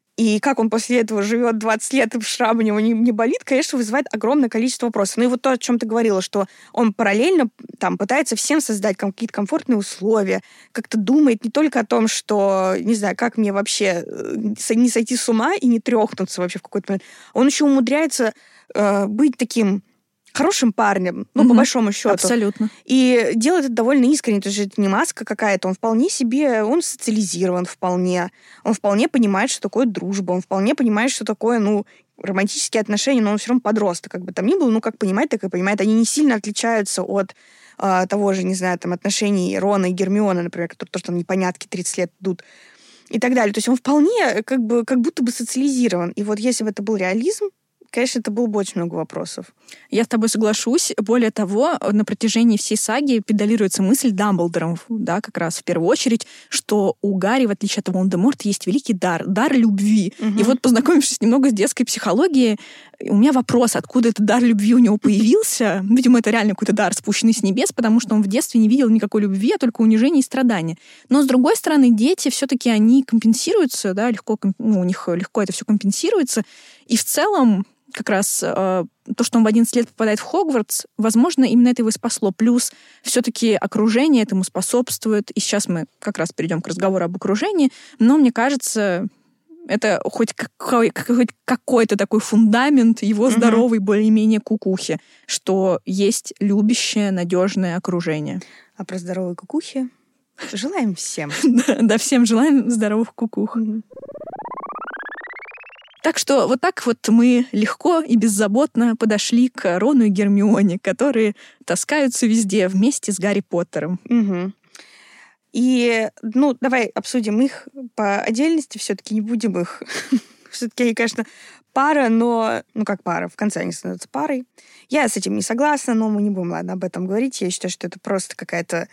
И как он после этого живет 20 лет, и шрам у него не болит, конечно, вызывает огромное количество вопросов. Ну и вот то, о чем ты говорила, что он параллельно там пытается всем создать какие-то комфортные условия, как-то думает не только о том, что, не знаю, как мне вообще не сойти с ума и не трёхнуться вообще в какой-то момент. Он еще умудряется быть таким хорошим парнем, по большому счету. Абсолютно. И делает это довольно искренне. То есть это не маска какая-то. Он вполне себе, он социализирован вполне. Он вполне понимает, что такое дружба. Он вполне понимает, что такое, романтические отношения, но он все равно подросток. Как бы там ни было, как понимает, так и понимает. Они не сильно отличаются от того же, не знаю, там, отношений Рона и Гермионы, например, которые тоже там непонятки 30 лет идут. И так далее. То есть он вполне как будто бы социализирован. И вот если бы это был реализм, конечно, это было бы очень много вопросов. Я с тобой соглашусь. Более того, на протяжении всей саги педалируется мысль Дамблдором, да, как раз в первую очередь, что у Гарри, в отличие от Волан-де-Морта, есть великий дар любви. И вот, познакомившись немного с детской психологией, у меня вопрос, откуда этот дар любви у него появился. Видимо, это реально какой-то дар, спущенный с небес, потому что он в детстве не видел никакой любви, а только унижения и страдания. Но, с другой стороны, дети все-таки, они компенсируются, да, у них легко это все компенсируется. И в целом, как раз то, что он в 11 лет попадает в Хогвартс, возможно, именно это его и спасло. Плюс все-таки окружение этому способствует. И сейчас мы как раз перейдем к разговору об окружении. Но мне кажется, это хоть какой-то такой фундамент его здоровой, более-менее кукухи, что есть любящее, надежное окружение. А про здоровые кукухи желаем всем. Да, всем желаем здоровых кукух. Так что вот так вот мы легко и беззаботно подошли к Рону и Гермионе, которые таскаются везде вместе с Гарри Поттером. И, давай обсудим их по отдельности, все-таки не будем их... Все-таки они, конечно, пара, но... как пара, в конце они становятся парой. Я с этим не согласна, но мы не будем, ладно, об этом говорить. Я считаю, что это просто какая-то...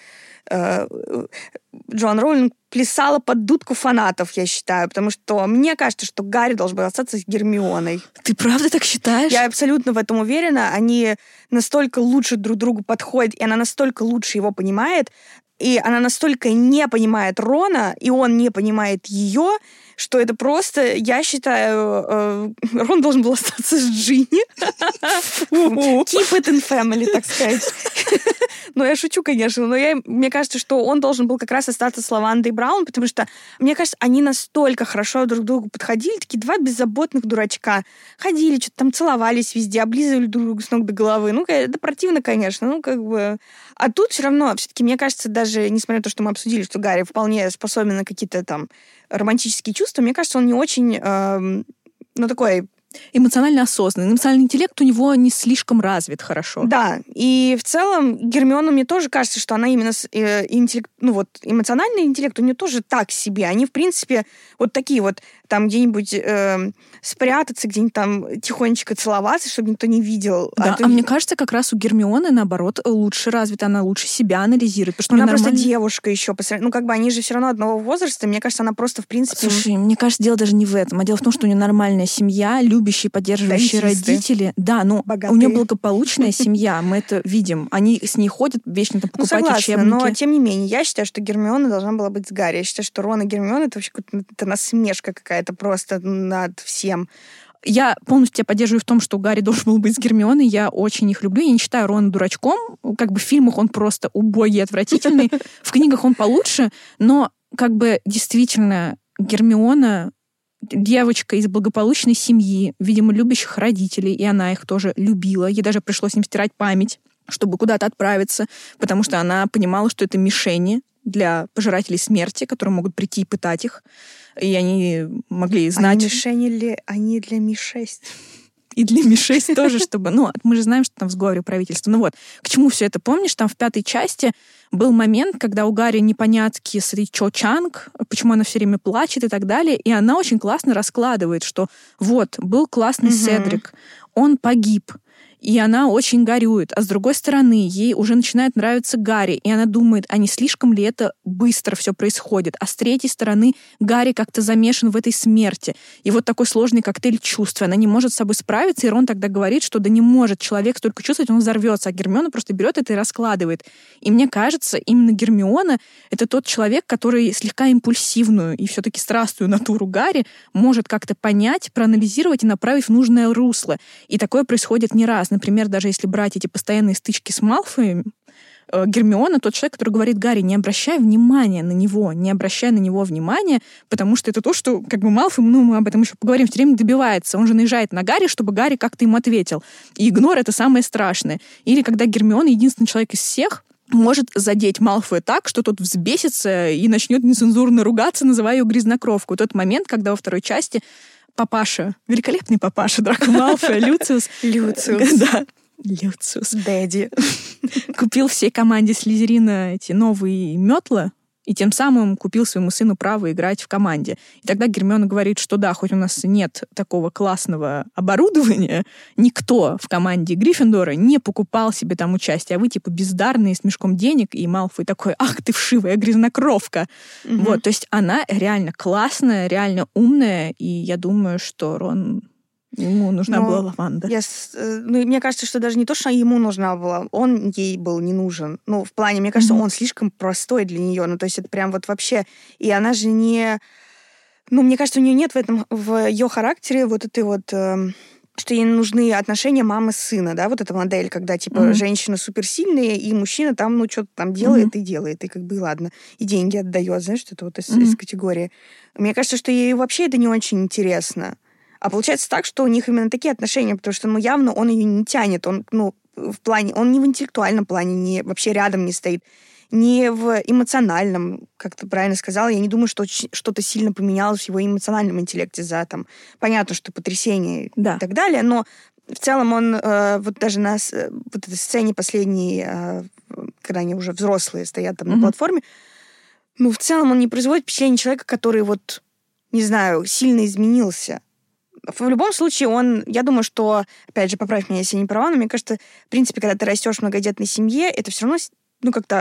Джоан Роулинг плясала под дудку фанатов, я считаю, потому что мне кажется, что Гарри должен был остаться с Гермионой. Ты правда так считаешь? Я абсолютно в этом уверена. Они настолько лучше друг другу подходят, и она настолько лучше его понимает, и она настолько не понимает Рона, и он не понимает ее, что это просто, я считаю, Рон должен был остаться с Джинни. Keep it in family, так сказать. Я шучу, конечно, но мне кажется, что он должен был как раз остаться с Лавандой Браун, потому что, мне кажется, они настолько хорошо друг к другу подходили, такие два беззаботных дурачка. Ходили, что-то там целовались везде, облизывали друг друга с ног до головы. Это противно, конечно, А тут все равно, все-таки, мне кажется, даже несмотря на то, что мы обсудили, что Гарри вполне способен на какие-то там романтические чувства, мне кажется, он не очень, такой эмоционально осознанный. Эмоциональный интеллект у него не слишком развит хорошо. Да, и в целом Гермиона, мне тоже кажется, что она именно эмоциональный интеллект у нее тоже так себе. Они, в принципе, вот такие вот там где-нибудь спрятаться, где-нибудь там тихонечко целоваться, чтобы никто не видел. Да, мне кажется, как раз у Гермионы, наоборот, лучше развита, она лучше себя анализирует. Потому что она просто девушка еще. Ну, как бы они же все равно одного возраста. Мне кажется, она просто, в принципе... Слушай, мне кажется, дело даже не в этом, а дело в том, что у нее нормальная семья, любящие, поддерживающие родители. Да, но у нее благополучная семья, мы это видим. Они с ней ходят, вечно там покупают учебники. Но, тем не менее, я считаю, что Гермиона должна была быть с Гарри. Я считаю, что Рон и Гермиона — это вообще какая-то насмешка какая-то просто над всем. Я полностью тебя поддерживаю в том, что Гарри должен был быть с Гермионой. Я очень их люблю. Я не считаю Рона дурачком. Как бы в фильмах он просто убогий, отвратительный. В книгах он получше. Но как бы действительно Гермиона девочка из благополучной семьи, видимо, любящих родителей, и она их тоже любила. Ей даже пришлось им стирать память, чтобы куда-то отправиться, потому что она понимала, что это мишени для пожирателей смерти, которые могут прийти и пытать их. И они могли знать... А мишени ли они для Ми-6? И для Ми-6 тоже, чтобы... Ну, мы же знаем, что там в сговоре правительства. Ну вот, к чему все это? Помнишь, там в 5-й части был момент, когда у Гарри непонятки с этой Чо Чанг, почему она все время плачет и так далее, и она очень классно раскладывает, что вот, был классный Седрик, он погиб, и она очень горюет. А с другой стороны, ей уже начинает нравиться Гарри, и она думает, а не слишком ли это быстро все происходит? А с третьей стороны, Гарри как-то замешан в этой смерти. И вот такой сложный коктейль чувств. Она не может с собой справиться, и Рон тогда говорит, что да не может человек столько чувствовать, он взорвется. А Гермиона просто берет это и раскладывает. И мне кажется, именно Гермиона — это тот человек, который слегка импульсивную и все-таки страстную натуру Гарри может как-то понять, проанализировать и направить в нужное русло. И такое происходит не раз. Например, даже если брать эти постоянные стычки с Малфоем, Гермиона тот человек, который говорит: Гарри, не обращай внимания на него, не обращай на него внимания, потому что это то, что как бы Малфой, мы об этом еще поговорим, все время добивается. Он же наезжает на Гарри, чтобы Гарри как-то ему ответил. И игнор — это самое страшное. Или когда Гермиона единственный человек из всех, может задеть Малфоя так, что тот взбесится и начнет нецензурно ругаться, называя ее грязнокровку. Тот момент, когда во второй части папаша, великолепный папаша Драко Малфоя, Люциус. Да. Люциус. Дэдди. Купил всей команде Слизерина эти новые метлы, и тем самым купил своему сыну право играть в команде. И тогда Гермиона говорит, что да, хоть у нас нет такого классного оборудования, никто в команде Гриффиндора не покупал себе там участие, а вы типа бездарные, с мешком денег, и Малфой такой: ах ты вшивая грязнокровка. Вот, то есть она реально классная, реально умная, и я думаю, что Рон... Ему нужна была лаванда. Мне кажется, что даже не то, что ему нужна была, он ей был не нужен. Ну, в плане, мне кажется, он слишком простой для нее. Ну, то есть это прям вот вообще... И она же не... Ну, мне кажется, у нее нет в ее характере вот этой вот... что ей нужны отношения мамы с сына, да, вот эта модель, когда, типа, женщина суперсильная, и мужчина там, ну, что-то там делает и делает, и как бы, ладно, и деньги отдает, знаешь, что-то вот из категории. Мне кажется, что ей вообще это не очень интересно. А получается так, что у них именно такие отношения, потому что, ну, явно он ее не тянет. Он, ну, в плане... Он не в интеллектуальном плане, вообще рядом не стоит, не в эмоциональном, как ты правильно сказала. Я не думаю, что что-то сильно поменялось в его эмоциональном интеллекте за, там, понятно, что потрясение и так далее, но в целом он вот даже на вот этой сцене последней, когда они уже взрослые стоят там на платформе, ну, в целом он не производит впечатление человека, который вот, не знаю, сильно изменился. В любом случае, я думаю, что, опять же, поправь меня, если я не права, но мне кажется, в принципе, когда ты растешь в многодетной семье, это все равно, ну, как-то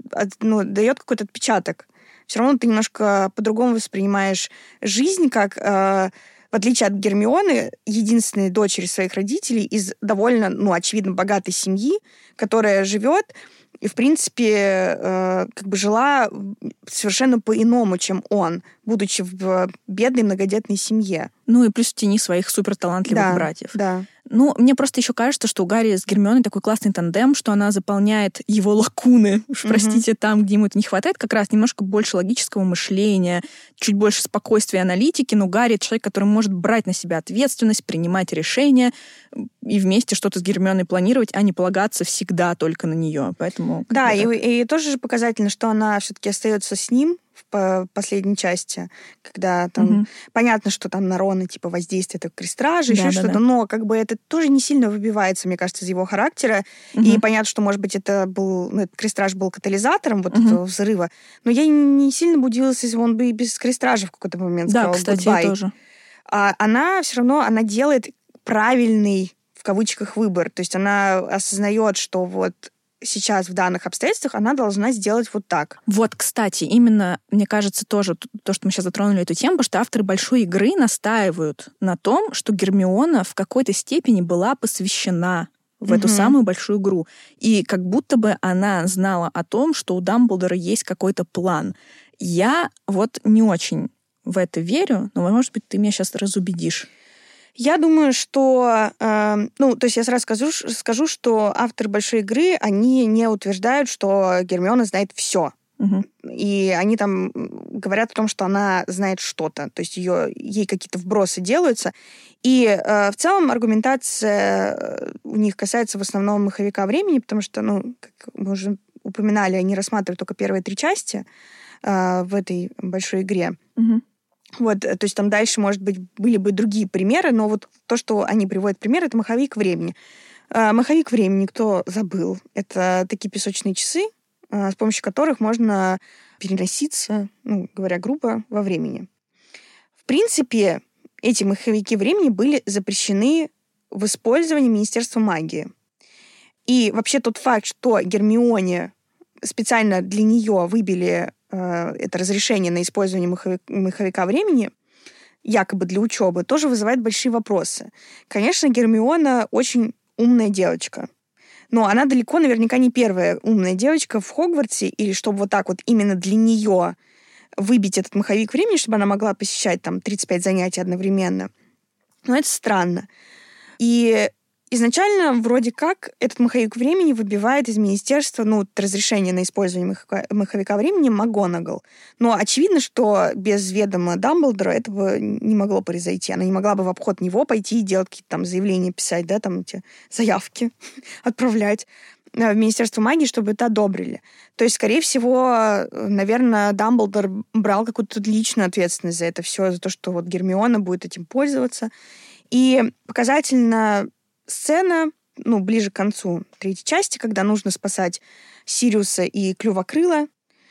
дает какой-то отпечаток. Все равно ты немножко по-другому воспринимаешь жизнь, как, в отличие от Гермионы, единственной дочери своих родителей из довольно, ну, очевидно, богатой семьи, которая живет и, в принципе, как бы жила совершенно по-иному, чем он, будучи в бедной многодетной семье. Ну и плюс в тени своих суперталантливых братьев. Да. Ну, мне просто еще кажется, что у Гарри с Гермионой такой классный тандем, что она заполняет его лакуны, уж простите, там, где ему это не хватает, как раз немножко больше логического мышления, чуть больше спокойствия и аналитики, но Гарри — это человек, который может брать на себя ответственность, принимать решения и вместе что-то с Гермионой планировать, а не полагаться всегда только на нее. Поэтому... Да, и тоже же показательно, что она все-таки остается с ним в последней части, когда там понятно, что там на Рона типа воздействие это крестражи, еще что-то, но как бы это тоже не сильно выбивается, мне кажется, из его характера. И понятно, что, может быть, этот крестраж был катализатором вот этого взрыва, но я не сильно бы удивилась, если он бы и без крестража в какой-то момент сказал кстати, goodbye. Я тоже. А она все равно, она делает правильный, в кавычках, выбор. То есть она осознает, что вот сейчас в данных обстоятельствах она должна сделать вот так. Вот, кстати, именно, мне кажется, тоже то, что мы сейчас затронули эту тему, потому что авторы большой игры настаивают на том, что Гермиона в какой-то степени была посвящена в эту самую большую игру. И как будто бы она знала о том, что у Дамблдора есть какой-то план. Я вот не очень в это верю, но, может быть, ты меня сейчас разубедишь. Я думаю, что... то есть я сразу скажу, что авторы большой игры, они не утверждают, что Гермиона знает все. И они там говорят о том, что она знает что-то. То есть ей какие-то вбросы делаются. И в целом аргументация у них касается в основном маховика времени, потому что, как мы уже упоминали, они рассматривают только первые 3 части в этой большой игре. Вот, то есть там дальше, может быть, были бы другие примеры, но вот то, что они приводят пример, это маховик времени. Маховик времени, кто забыл, это такие песочные часы, с помощью которых можно переноситься, говоря грубо, во времени. В принципе, эти маховики времени были запрещены в использовании Министерства магии. И вообще тот факт, что Гермионе специально для нее выбили это разрешение на использование маховика времени, якобы для учебы, тоже вызывает большие вопросы. Конечно, Гермиона очень умная девочка. Но она далеко наверняка не первая умная девочка в Хогвартсе, или чтобы вот так вот именно для нее выбить этот маховик времени, чтобы она могла посещать там 35 занятий одновременно. Но это странно. И изначально вроде как этот маховик времени выбивает из министерства разрешение на использование маховика времени МакГонагал. Но очевидно, что без ведома Дамблдора этого не могло произойти. Она не могла бы в обход него пойти и делать какие-то там заявления, писать, да, там эти заявки отправлять в Министерство магии, чтобы это одобрили. То есть, скорее всего, наверное, Дамблдор брал какую-то личную ответственность за это все, за то, что вот Гермиона будет этим пользоваться. И показательно сцена, ближе к концу 3 части, когда нужно спасать Сириуса и Клювокрыла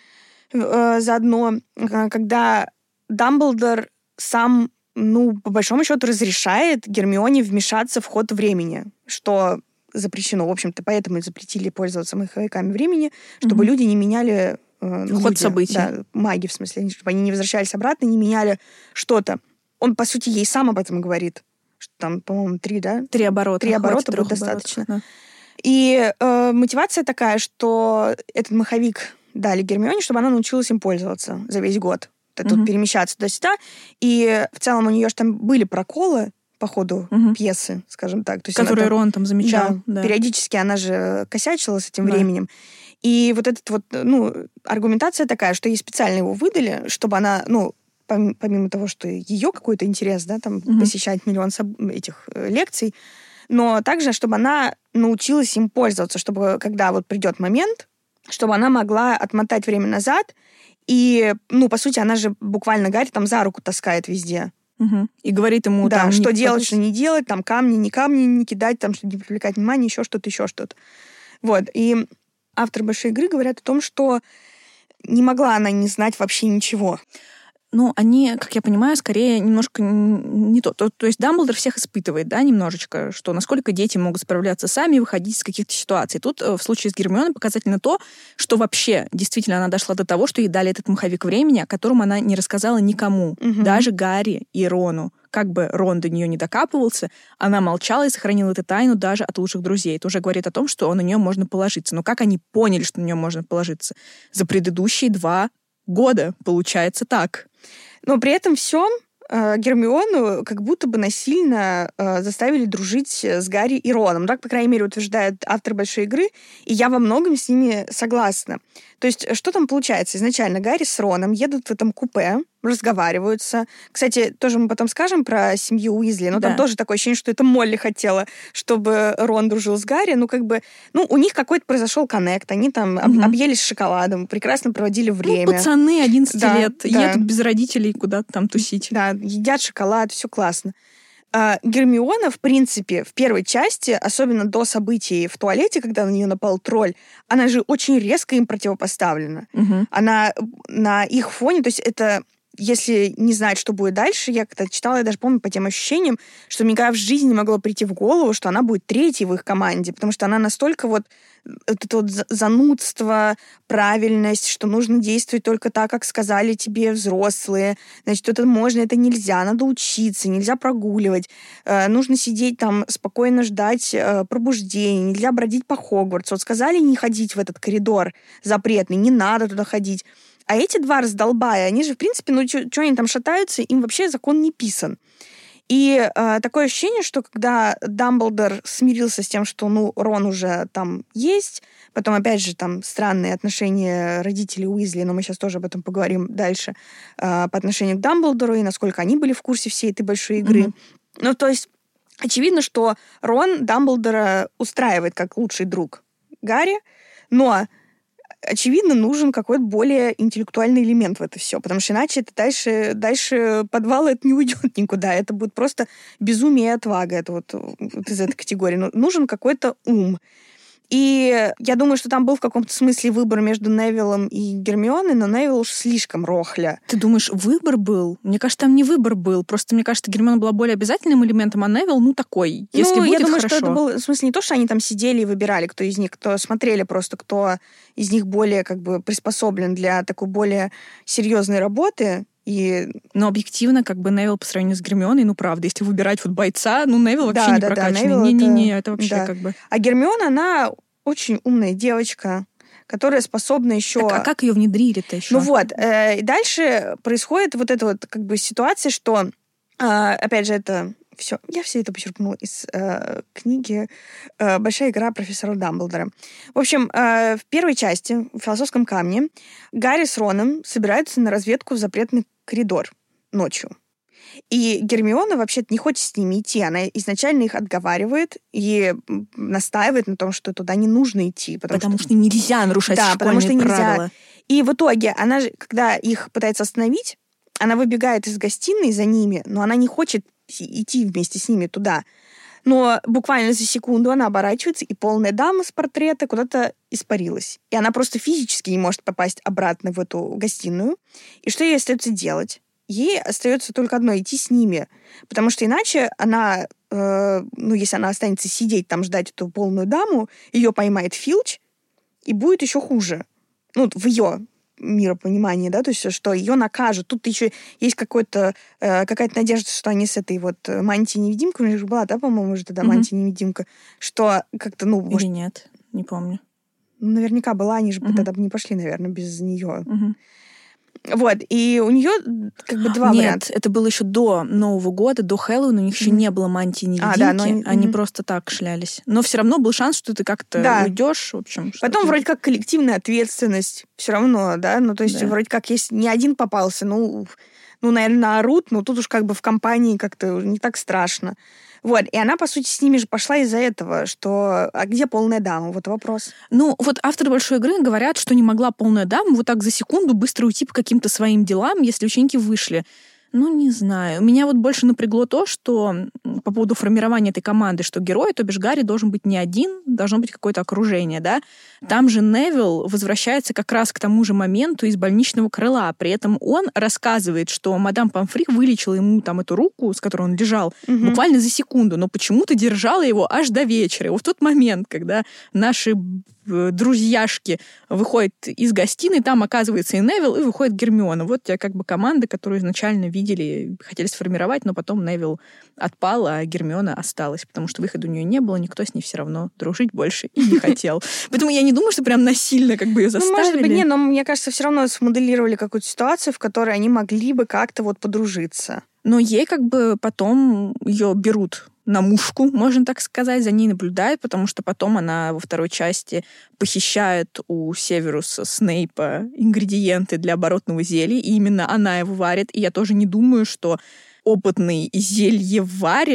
заодно, когда Дамблдор сам, по большому счету, разрешает Гермионе вмешаться в ход времени, что запрещено. В общем-то, поэтому и запретили пользоваться маховиками времени, чтобы люди не меняли ход событий. Да, маги, в смысле, чтобы они не возвращались обратно, не меняли что-то. Он, по сути, ей сам об этом говорит. Что там, по-моему, 3, да? 3 оборота. 3 оборота будет достаточно. Да. И мотивация такая, что этот маховик дали Гермионе, чтобы она научилась им пользоваться за весь год. Тут перемещаться туда-сюда. И в целом у нее же там были проколы по ходу пьесы, скажем так. То есть которые Рон там замечал. Да. Периодически она же косячила с этим временем. И вот этот вот, аргументация такая, что ей специально его выдали, чтобы она, помимо того, что ее какой-то интерес, да, там, посещать миллион этих лекций, но также, чтобы она научилась им пользоваться, чтобы, когда вот придет момент, чтобы она могла отмотать время назад, и, по сути, она же буквально Гарри там за руку таскает везде. И говорит ему, да, что делать, что не делать, там, камни не кидать, там, чтобы не привлекать внимание, еще что-то. Вот, и авторы большой игры говорят о том, что не могла она не знать вообще ничего. Они, как я понимаю, скорее немножко не то. То есть Дамблдор всех испытывает, да, немножечко, что насколько дети могут справляться сами и выходить из каких-то ситуаций. Тут в случае с Гермионой показательно то, что вообще действительно она дошла до того, что ей дали этот маховик времени, о котором она не рассказала никому, даже Гарри и Рону. Как бы Рон до нее не докапывался, она молчала и сохранила эту тайну даже от лучших друзей. Это уже говорит о том, что на нее можно положиться. Но как они поняли, что на нее можно положиться? За предыдущие 2 года, получается так. Но при этом всем Гермиону как будто бы насильно заставили дружить с Гарри и Роном. Так, по крайней мере, утверждает автор большой игры, и я во многом с ними согласна. То есть, что там получается? Изначально Гарри с Роном едут в этом купе разговариваются. Кстати, тоже мы потом скажем про семью Уизли, но там тоже такое ощущение, что это Молли хотела, чтобы Рон дружил с Гарри. У них какой-то произошел коннект, они там объелись шоколадом, прекрасно проводили время. Пацаны 11 лет едут без родителей куда-то там тусить. Да, едят шоколад, все классно. Гермиона, в принципе, в первой части, особенно до событий в туалете, когда на нее напал тролль, она же очень резко им противопоставлена. Она на их фоне, то есть это... Если не знать, что будет дальше, я когда читала, я даже помню по тем ощущениям, что мне никогда в жизни не могло прийти в голову, что она будет третьей в их команде, потому что она настолько это занудство, правильность, что нужно действовать только так, как сказали тебе взрослые. Значит, это можно, это нельзя, надо учиться, нельзя прогуливать, нужно сидеть там, спокойно ждать пробуждения, нельзя бродить по Хогвартсу. Вот сказали не ходить в этот коридор запретный, не надо туда ходить. А эти два раздолбая, они же, в принципе, что они там шатаются, им вообще закон не писан. И такое ощущение, что когда Дамблдор смирился с тем, что, Рон уже там есть, потом, опять же, там странные отношения родителей Уизли, но мы сейчас тоже об этом поговорим дальше, по отношению к Дамблдору, и насколько они были в курсе всей этой большой игры. То есть очевидно, что Рон Дамблдора устраивает как лучший друг Гарри, но... очевидно, нужен какой-то более интеллектуальный элемент в это все, потому что иначе это дальше подвала это не уйдет никуда. Это будет просто безумие и отвага. Это вот из этой категории. Но нужен какой-то ум. И я думаю, что там был в каком-то смысле выбор между Невиллом и Гермионой, но Невилл уж слишком рохля. Ты думаешь, выбор был? Мне кажется, там не выбор был. Просто, мне кажется, Гермиона была более обязательным элементом, а Невилл, такой. Если будет, я думаю, хорошо. что это было, в смысле, не то, что они там сидели и выбирали, кто из них, кто смотрели просто, кто из них более приспособлен для такой более серьезной работы. Но объективно, Невилл по сравнению с Гермионой, правда, если выбирать бойца, Невилл вообще не прокачанный. Не-не-не, это вообще А Гермиона, она очень умная девочка, которая способна еще... Так, а как ее внедрили-то еще? И дальше происходит эта ситуация, что, опять же, это... Я все это почерпнула из книги «Большая игра профессора Дамблдора». В общем, в первой части, в «Философском камне», Гарри с Роном собираются на разведку в запретный коридор ночью. И Гермиона вообще-то не хочет с ними идти. Она изначально их отговаривает и настаивает на том, что туда не нужно идти. Потому что нельзя нарушать школьные правила. И в итоге она же, когда их пытается остановить, она выбегает из гостиной за ними, но она не хочет идти вместе с ними туда. Но буквально за секунду она оборачивается, и полная дама с портрета куда-то испарилась. И она просто физически не может попасть обратно в эту гостиную. И что ей остается делать? Ей остается только одно — идти с ними. Потому что иначе она, если она останется сидеть там, ждать эту полную даму, ее поймает Филч, и будет еще хуже. В ее миропонимании, да, то есть что ее накажут. Тут еще есть какая-то надежда, что они с этой мантией-невидимкой, у них же была, да, по-моему, уже тогда мантия-невидимка, что как-то, Или нет, не помню. Наверняка была, они же тогда бы не пошли, наверное, без нее. И у нее два варианта. Нет, это было еще до Нового года, до Хэллоуина, у них еще не было мантии-невидимки, они просто так шлялись. Но все равно был шанс, что ты как-то уйдешь, в общем. Потом вроде как коллективная ответственность все равно, да, то есть вроде как если не один попался, наверное, наорут, но тут уж в компании как-то не так страшно. И она, по сути, с ними же пошла из-за этого, что... А где полная дама? Вот вопрос. Авторы «Большой игры» говорят, что не могла полная дама так за секунду быстро уйти по каким-то своим делам, если ученики вышли. Не знаю. Меня больше напрягло то, что по поводу формирования этой команды, что герой, то бишь Гарри, должен быть не один, должно быть какое-то окружение, да? Там же Невилл возвращается как раз к тому же моменту из больничного крыла. При этом он рассказывает, что мадам Помфри вылечила ему эту руку, с которой он лежал, буквально за секунду, но почему-то держала его аж до вечера. И в тот момент, когда наши друзьяшки выходят из гостиной, там оказывается и Невилл, и выходит Гермиона. Вот у тебя команда, которую изначально видели, хотели сформировать, но потом Невилл отпал, а Гермиона осталась, потому что выхода у нее не было, никто с ней все равно дружить больше и не хотел. Поэтому я не думаю, что прям насильно ее заставили. Может быть, нет, но мне кажется, все равно смоделировали какую-то ситуацию, в которой они могли бы как-то подружиться. Но ей потом ее берут на мушку, можно так сказать, за ней наблюдает, потому что потом она во второй части похищает у Северуса Снейпа ингредиенты для оборотного зелья, и именно она его варит. И я тоже не думаю, что опытный зельевар,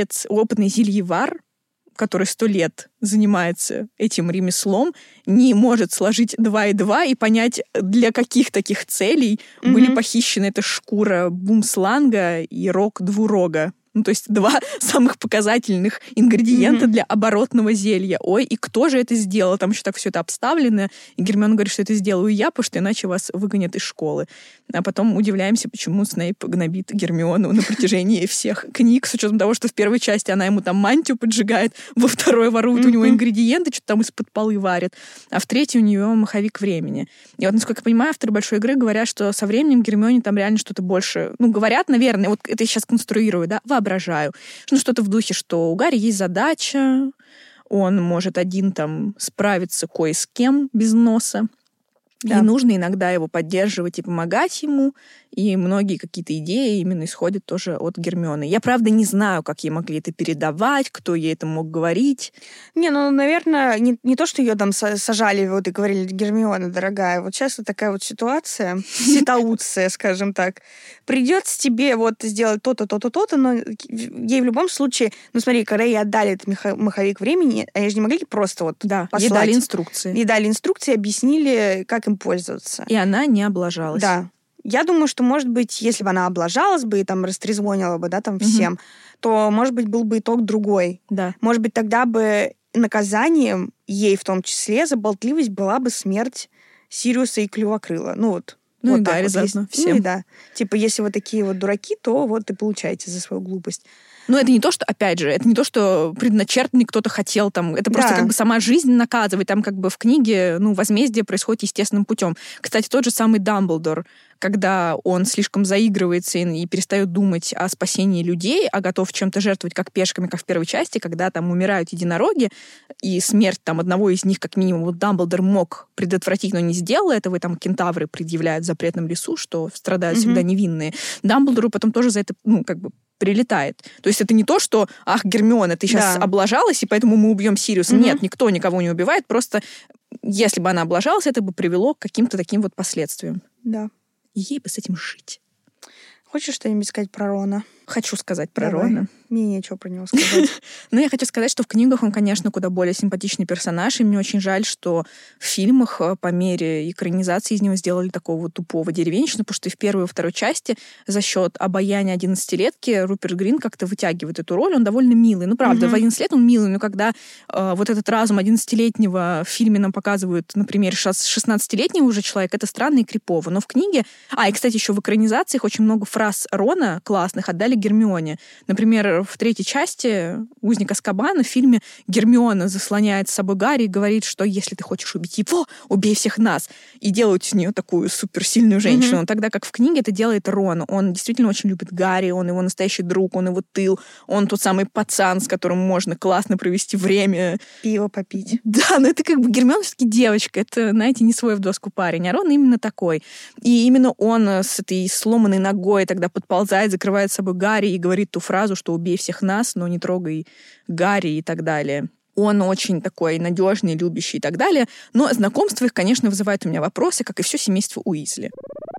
который 100 лет занимается этим ремеслом, не может сложить 2 и 2 и понять, для каких таких целей были похищены эта шкура бумсланга и рог двурога. Ну, то есть 2 самых показательных ингредиента для оборотного зелья. Ой, и кто же это сделал? Там еще так все это обставлено. И Гермиона говорит, что это сделаю я, потому что иначе вас выгонят из школы. А потом удивляемся, почему Снейп гнобит Гермиону на протяжении всех книг, с учетом того, что в первой части она ему там мантию поджигает, во второй ворует у него ингредиенты, что-то там из-под полы варит, а в третьей у нее маховик времени. И вот, насколько я понимаю, авторы «Большой игры» говорят, что со временем Гермионе там реально что-то больше... Ну, говорят, наверное, вот это я сейчас конструирую, да, воображаю. Ну, что-то в духе, что у Гарри есть задача, он может один там справиться кое с кем без носа. Да. И нужно иногда его поддерживать и помогать ему. И многие какие-то идеи именно исходят тоже от Гермионы. Я, правда, не знаю, как ей могли это передавать, кто ей это мог говорить. Не, ну, наверное, не то, что ее там сажали вот и говорили, Гермиона, дорогая, вот сейчас вот такая вот ситуация, ситуация, скажем так. Придется тебе вот сделать то-то, то-то, то-то, но ей в любом случае, ну, смотри, когда ей отдали этот маховик времени, они же не могли просто вот послать. Ей дали инструкции. Ей дали инструкции, объяснили, как им пользоваться. И она не облажалась. Да. Я думаю, что, может быть, если бы она облажалась бы и там растрезвонила бы, да, там всем, то, может быть, был бы итог другой. Да. Может быть, тогда бы наказанием ей в том числе за болтливость была бы смерть Сириуса и Клювокрыла. Ну вот. Ну вот и Гарри вот заодно всем. Ну и да. Типа, если вы такие вот дураки, то вот и получаете за свою глупость. Но это не то, что, опять же, это не то, что предначертанный кто-то хотел там. Это просто как бы сама жизнь наказывает. Там как бы в книге, ну, возмездие происходит естественным путем. Кстати, тот же самый Дамблдор, когда он слишком заигрывается и перестает думать о спасении людей, а готов чем-то жертвовать, как пешками, как в первой части, когда там умирают единороги, и смерть там одного из них, как минимум, вот Дамблдор мог предотвратить, но не сделал этого, и там кентавры предъявляют в запретном лесу, что страдают всегда невинные. Дамблдору потом тоже за это, ну, как бы прилетает. То есть это не то, что, ах, Гермиона, ты сейчас облажалась, и поэтому мы убьем Сириуса. Нет, никто никого не убивает, просто если бы она облажалась, это бы привело к каким-то таким вот последствиям. Да. И ей бы с этим жить. Хочешь что-нибудь сказать про Рона? Хочу сказать про Рона. Мне нечего про него сказать. Но я хочу сказать, что в книгах он, конечно, куда более симпатичный персонаж, и мне очень жаль, что в фильмах по мере экранизации из него сделали такого тупого деревенщину, потому что и в первой и во второй части за счет обаяния 11-летки Руперт Грин как-то вытягивает эту роль, он довольно милый. Ну, правда, в 11 лет он милый, но когда вот этот разум 11-летнего в фильме нам показывают, например, 16-летнего уже человека, это странно и крипово. Но в книге... и, кстати, еще в экранизациях очень много фраз Рона классных отдали Гермионе. Например, в третьей части «Узник Азкабана» в фильме Гермиона заслоняет с собой Гарри и говорит, что если ты хочешь убить его, убей всех нас. И делают из нее такую суперсильную женщину. Тогда как в книге это делает Рон. Он действительно очень любит Гарри, он его настоящий друг, он его тыл, он тот самый пацан, с которым можно классно провести время. Пиво попить. Да, но это как бы Гермиона все-таки девочка. Это, знаете, не свой в доску парень. А Рон именно такой. И именно он с этой сломанной ногой тогда подползает, закрывает с собой Гарри и говорит ту фразу, что убей всех нас, но не трогай Гарри и так далее. Он очень такой надежный, любящий и так далее. Но знакомство их, конечно, вызывает у меня вопросы, как и все семейство Уизли.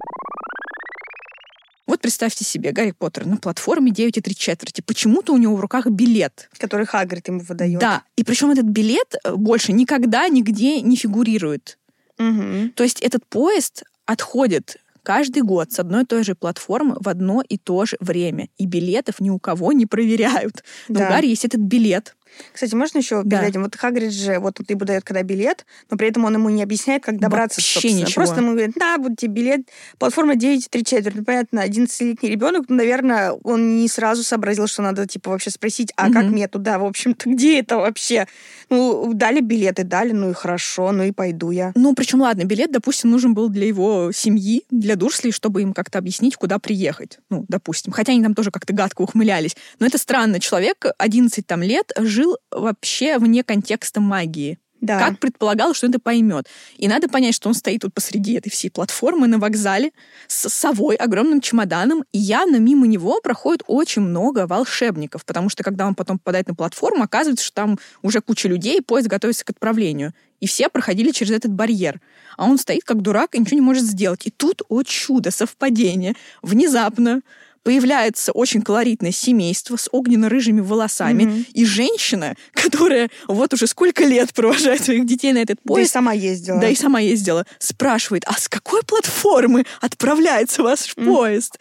Вот представьте себе, Гарри Поттер на платформе 9,3. Почему-то у него в руках билет. Который Хагрид ему выдает. Да, и причем этот билет больше никогда нигде не фигурирует. То есть этот поезд отходит каждый год с одной и той же платформы в одно и то же время. И билетов ни у кого не проверяют. Но у Гарри есть этот билет. Кстати, можно еще перед этим? Вот Хагрид же вот он ему дает когда билет, но при этом он ему не объясняет, как добраться, вообще собственно. Ничего. Просто ему говорит, да, вот тебе билет, платформа 9,3. Ну, понятно, 11-летний ребенок, наверное, он не сразу сообразил, что надо, типа, вообще спросить, а как мне туда, в общем-то, где это вообще? Ну, дали билеты, дали, ну и хорошо, ну и пойду я. Ну, причем, ладно, билет, допустим, нужен был для его семьи, для Дурслей, чтобы им как-то объяснить, куда приехать. Ну, допустим. Хотя они там тоже как-то гадко ухмылялись. Но это странно. Человек 11 там лет жил вообще вне контекста магии. Да. Как предполагал, что это поймет. И надо понять, что он стоит тут посреди этой всей платформы на вокзале с совой, огромным чемоданом, и явно мимо него проходит очень много волшебников, потому что когда он потом попадает на платформу, оказывается, что там уже куча людей, и поезд готовится к отправлению. И все проходили через этот барьер. А он стоит как дурак и ничего не может сделать. И тут, о чудо, совпадение, внезапно появляется очень колоритное семейство с огненно-рыжими волосами и женщина, которая вот уже сколько лет провожает своих детей на этот поезд. Да и сама ездила. Да и сама ездила. Спрашивает, а с какой платформы отправляется ваш поезд?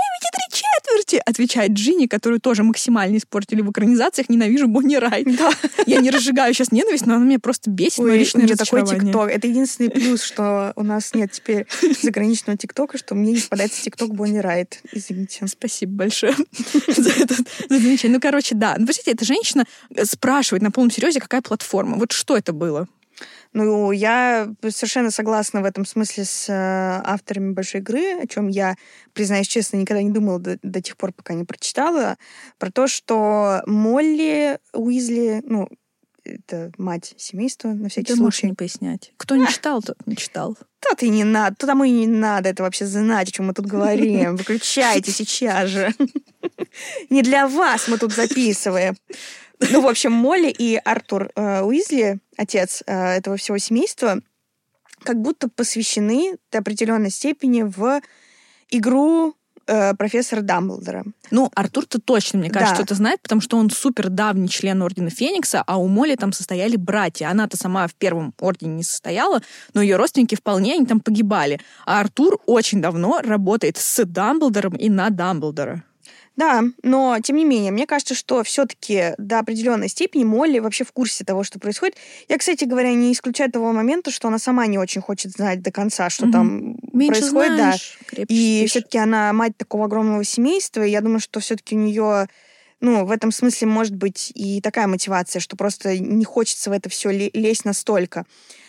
9,3, отвечает Джинни, которую тоже максимально испортили в экранизациях. Ненавижу Бонни Райт. Да. Я не разжигаю сейчас ненависть, но она меня просто бесит. Мое личное разочарование. Такой ТикТок. Это единственный плюс, что у нас нет теперь заграничного ТикТока, что мне не попадается ТикТок Бонни Райт. Извините. Спасибо большое за это замечание. Ну, короче, да. Ну, простите, эта женщина спрашивает на полном серьезе, какая платформа. Вот что это было? Ну, я совершенно согласна в этом смысле с авторами «Большой игры», о чем я, признаюсь честно, никогда не думала до тех пор, пока не прочитала, про то, что Молли Уизли, ну, это мать семейства, на всякий случай. Можешь не пояснять. Кто не читал, тот не читал. Тот и не надо, то тому и не надо это вообще знать, о чем мы тут говорим. Выключайте сейчас же. Не для вас мы тут записываем. Ну, в общем, Молли и Артур Уизли, отец этого всего семейства, как будто посвящены до определенной степени в игру профессора Дамблдора. Ну, Артур-то точно, мне кажется, это знает, потому что он супер давний член Ордена Феникса, а у Молли там состояли братья. Она-то сама в первом ордене не состояла, но ее родственники вполне, они там погибали. А Артур очень давно работает с Дамблдором и на Дамблдора. Да, но, тем не менее, мне кажется, что все-таки до определенной степени Молли вообще в курсе того, что происходит. Я, кстати говоря, не исключаю того момента, что она сама не очень хочет знать до конца, что там меньше происходит. Знаешь, и все-таки она мать такого огромного семейства, и я думаю, что все-таки у нее, ну, в этом смысле может быть и такая мотивация, что просто не хочется в это все лезть настолько.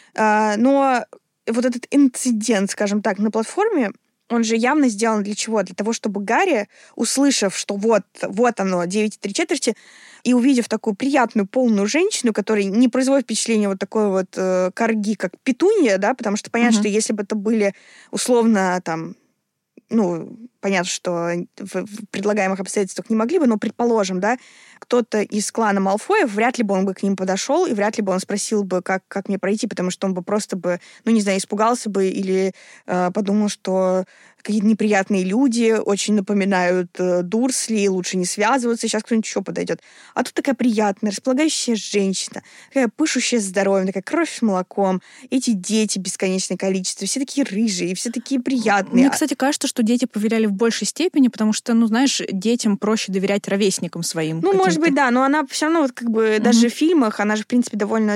Но вот этот инцидент, скажем так, на платформе, он же явно сделан для чего? Для того, чтобы Гарри, услышав, что вот оно, 9,3, и увидев такую приятную, полную женщину, которая не производит впечатление вот такой вот корги, как Петунья, да, потому что понятно, что если бы это были условно там, ну, понятно, что в предлагаемых обстоятельствах не могли бы, но, предположим, да, кто-то из клана Малфоев, вряд ли бы он бы к ним подошел, и вряд ли бы он спросил бы, как мне пройти, потому что он бы просто бы, ну, не знаю, испугался бы или подумал, что какие-то неприятные люди очень напоминают Дурсли, лучше не связываться, сейчас кто-нибудь еще подойдет. А тут такая приятная, располагающая женщина, такая пышущая здоровьем, такая кровь с молоком, эти дети бесконечное количество, все такие рыжие, все такие приятные. Мне, кстати, кажется, что дети поверяли в большей степени, потому что, ну, знаешь, детям проще доверять ровесникам своим. Ну, может быть, да, но она все равно вот как бы даже в фильмах, она же, в принципе, довольно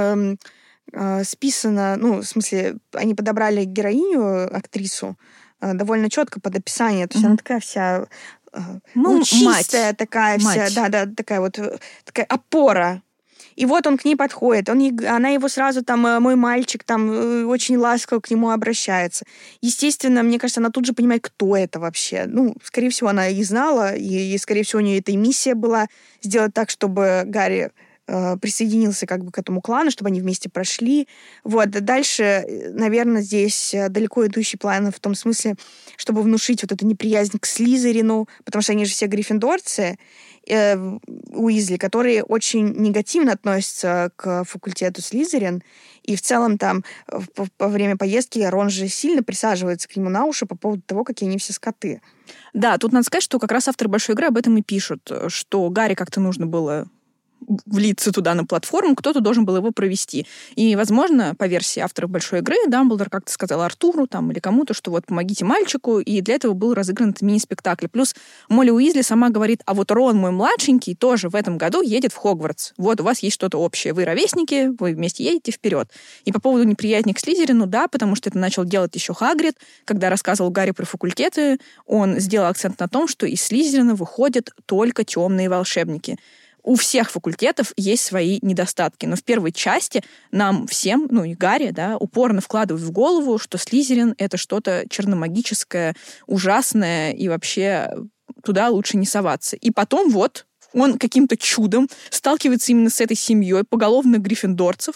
списана, ну, в смысле, они подобрали героиню, актрису, довольно четко под описание, то есть она такая вся чистая, мать. такая вся, да, такая вот такая опора. И вот он к ней подходит, она его сразу там, мой мальчик, там очень ласково к нему обращается. Естественно, мне кажется, она тут же понимает, кто это вообще. Ну, скорее всего, она и знала, и скорее всего, у нее эта и миссия была сделать так, чтобы Гарри присоединился как бы к этому клану, чтобы они вместе прошли. Вот. Дальше, наверное, здесь далеко идущий план в том смысле, чтобы внушить вот эту неприязнь к Слизерину, потому что они же все гриффиндорцы, Уизли, которые очень негативно относятся к факультету Слизерин, и в целом там во время поездки Рон же сильно присаживается к нему на уши по поводу того, какие они все скоты. Да, тут надо сказать, что как раз авторы «Большой игры» об этом и пишут, что Гарри как-то нужно было влиться туда на платформу, кто-то должен был его провести. И, возможно, по версии авторов «Большой игры», Дамблдор как-то сказал Артуру там, или кому-то, что вот помогите мальчику, и для этого был разыгран этот мини-спектакль. Плюс Молли Уизли сама говорит, а вот Рон, мой младшенький, тоже в этом году едет в Хогвартс. Вот у вас есть что-то общее. Вы ровесники, вы вместе едете вперед. И по поводу неприятней к Слизерину, да, потому что это начал делать еще Хагрид, когда рассказывал Гарри про факультеты, он сделал акцент на том, что из Слизерина выходят только темные волшебники. У всех факультетов есть свои недостатки, но в первой части нам всем, ну и Гарри, да, упорно вкладывают в голову, что Слизерин — это что-то черномагическое, ужасное, и вообще туда лучше не соваться. И потом вот он каким-то чудом сталкивается именно с этой семьей поголовных гриффиндорцев,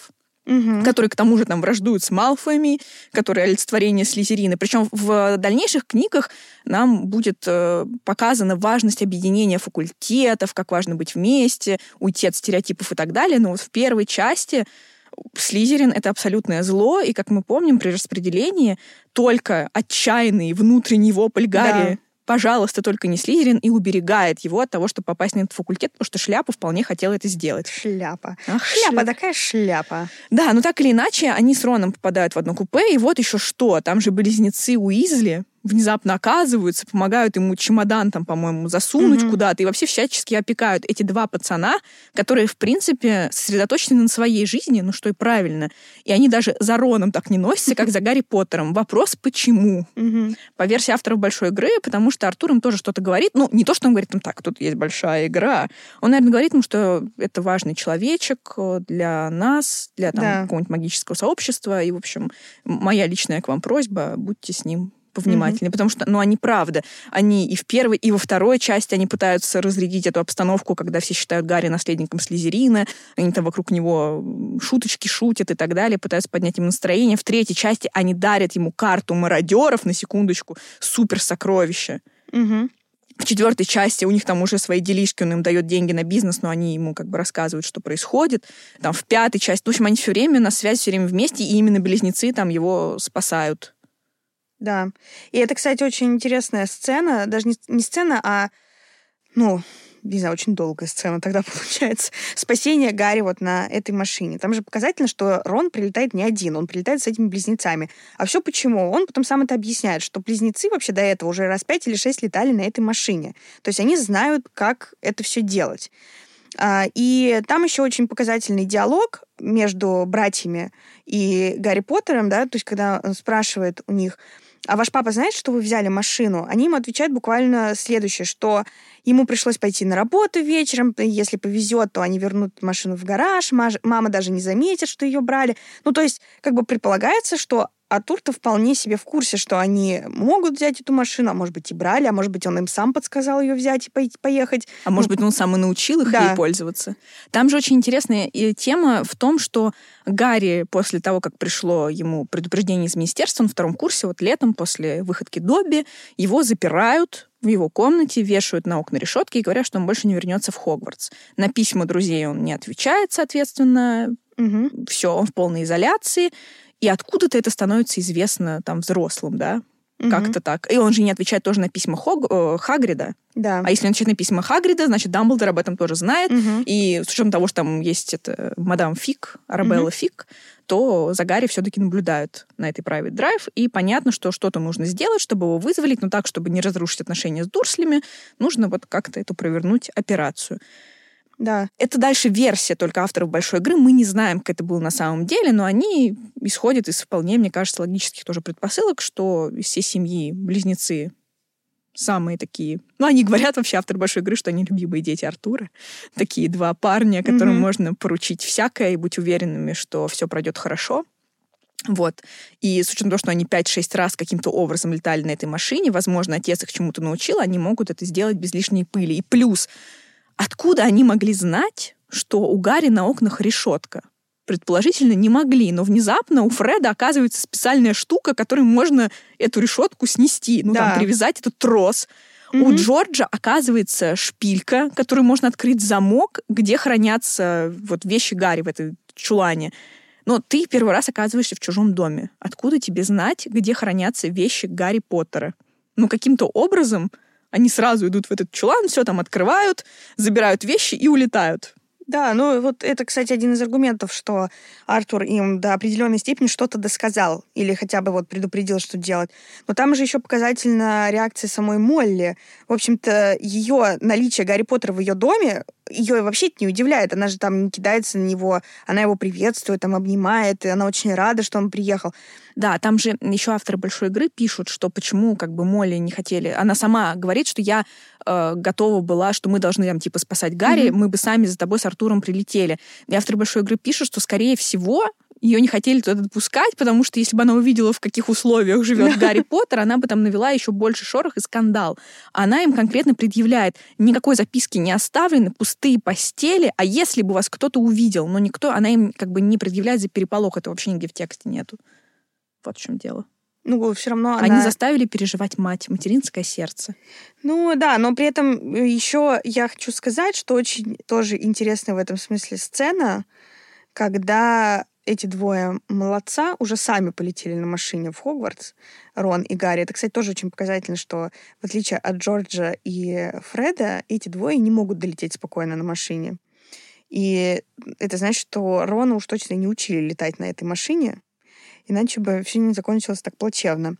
которые, к тому же, там враждуют с Малфоями, которые олицетворение Слизерина. Причем в дальнейших книгах нам будет показана важность объединения факультетов, как важно быть вместе, уйти от стереотипов и так далее. Но вот в первой части Слизерин — это абсолютное зло, и, как мы помним, при распределении только отчаянный внутренний вопль Гарри «пожалуйста, только не Слизерин», и уберегает его от того, чтобы попасть на этот факультет, потому что Шляпа вполне хотела это сделать. Шляпа. Шляпа, такая шляпа. Да, но так или иначе, они с Роном попадают в одно купе, и вот еще что, там же близнецы Уизли внезапно оказываются, помогают ему чемодан там, по-моему, засунуть куда-то, и вообще всячески опекают эти два пацана, которые, в принципе, сосредоточены на своей жизни, ну что и правильно. И они даже за Роном так не носятся, как за Гарри Поттером. Вопрос, почему? По версии авторов «Большой игры», потому что Артур им тоже что-то говорит. Ну, не то, что он говорит им так, тут есть большая игра. Он, наверное, говорит им, что это важный человечек для нас, для там, какого-нибудь магического сообщества. И, в общем, моя личная к вам просьба, будьте с ним повнимательнее, потому что, ну, они правда, они и в первой, и во второй части они пытаются разрядить эту обстановку, когда все считают Гарри наследником Слизерина, они там вокруг него шуточки шутят и так далее, пытаются поднять ему настроение. В третьей части они дарят ему карту мародеров, на секундочку, суперсокровище. В четвертой части у них там уже свои делишки, он им дает деньги на бизнес, но они ему как бы рассказывают, что происходит. Там в пятой части, в общем, они все время на связи, все время вместе, и именно близнецы там его спасают. Да. И это, кстати, очень интересная сцена. Даже не сцена, а, ну, не знаю, очень долгая сцена тогда получается. Спасение Гарри вот на этой машине. Там же показательно, что Рон прилетает не один, он прилетает с этими близнецами. А все почему? Он потом сам это объясняет, что близнецы вообще до этого уже раз 5 или 6 летали на этой машине. То есть они знают, как это все делать. И там еще очень показательный диалог между братьями и Гарри Поттером, да, то есть когда он спрашивает у них: а ваш папа знает, что вы взяли машину? Они ему отвечают буквально следующее, что ему пришлось пойти на работу вечером, если повезет, то они вернут машину в гараж, мама даже не заметит, что ее брали. Ну, то есть, как бы предполагается, что Артур-то вполне себе в курсе, что они могут взять эту машину, а может быть и брали, а может быть он им сам подсказал ее взять и поехать. А может быть он сам и научил их ей пользоваться. Там же очень интересная тема в том, что Гарри после того, как пришло ему предупреждение из министерства на втором курсе, вот летом после выходки Добби, его запирают в его комнате, вешают на окна решетки и говорят, что он больше не вернется в Хогвартс. На письма друзей он не отвечает, соответственно. Все, он в полной изоляции. И откуда-то это становится известно там взрослым, да? Как-то так. И он же не отвечает тоже на письма Хагрида. Да. А если он отвечает на письма Хагрида, значит, Дамблдор об этом тоже знает. И с учетом того, что там есть это мадам Фиг, Арабелла Фиг, то за Гарри все-таки наблюдают на этой Private Drive. И понятно, что что-то нужно сделать, чтобы его вызволить, но так, чтобы не разрушить отношения с Дурслями, нужно вот как-то эту провернуть операцию. Да. Это дальше версия только авторов «Большой игры». Мы не знаем, как это было на самом деле, но они исходят из вполне, мне кажется, логических тоже предпосылок, что из всей семьи близнецы самые такие... Ну, они говорят вообще, авторы «Большой игры», что они любимые дети Артура. Такие два парня, которым можно поручить всякое и быть уверенными, что все пройдет хорошо. Вот. И с учетом того, что они 5-6 раз каким-то образом летали на этой машине, возможно, отец их чему-то научил, они могут это сделать без лишней пыли. И плюс... Откуда они могли знать, что у Гарри на окнах решетка? Предположительно, не могли, но внезапно у Фреда оказывается специальная штука, которой можно эту решетку снести, там привязать этот трос. У Джорджа оказывается шпилька, которую можно открыть замок, где хранятся вот вещи Гарри в этой чулане. Но ты первый раз оказываешься в чужом доме. Откуда тебе знать, где хранятся вещи Гарри Поттера? Ну, каким-то образом... Они сразу идут в этот чулан, все там открывают, забирают вещи и улетают. Да, ну вот это, кстати, один из аргументов, что Артур им до определенной степени что-то досказал или хотя бы вот предупредил, что делать. Но там же еще показательна реакция самой Молли. В общем-то, ее наличие Гарри Поттера в ее доме ее вообще это не удивляет. Она же там не кидается на него, она его приветствует, там обнимает, и она очень рада, что он приехал. Да, там же еще авторы «Большой игры» пишут, что почему как бы Молли не хотели... Она сама говорит, что я готова была, что мы должны там типа спасать Гарри, мы бы сами за тобой с Артуром прилетели. И авторы «Большой игры» пишут, что, скорее всего, ее не хотели туда допускать, потому что если бы она увидела, в каких условиях живет Гарри Поттер, она бы там навела еще больше шорох и скандал. Она им конкретно предъявляет: никакой записки не оставлены, пустые постели, а если бы вас кто-то увидел, но никто, она им как бы не предъявляет за переполох, это вообще нигде в тексте нету. Вот в чем дело. Ну, все равно Они заставили переживать мать, материнское сердце. Ну да, но при этом еще я хочу сказать, что очень тоже интересная в этом смысле сцена, когда эти двое молодца уже сами полетели на машине в Хогвартс, Рон и Гарри. Это, кстати, тоже очень показательно, что в отличие от Джорджа и Фреда, эти двое не могут долететь спокойно на машине. И это значит, что Рона уж точно не учили летать на этой машине, иначе бы все не закончилось так плачевно.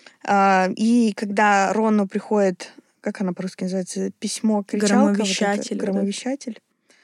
И когда Рону приходит, как она по-русски называется, письмо-кричалка, громовещатель. Громовещатель.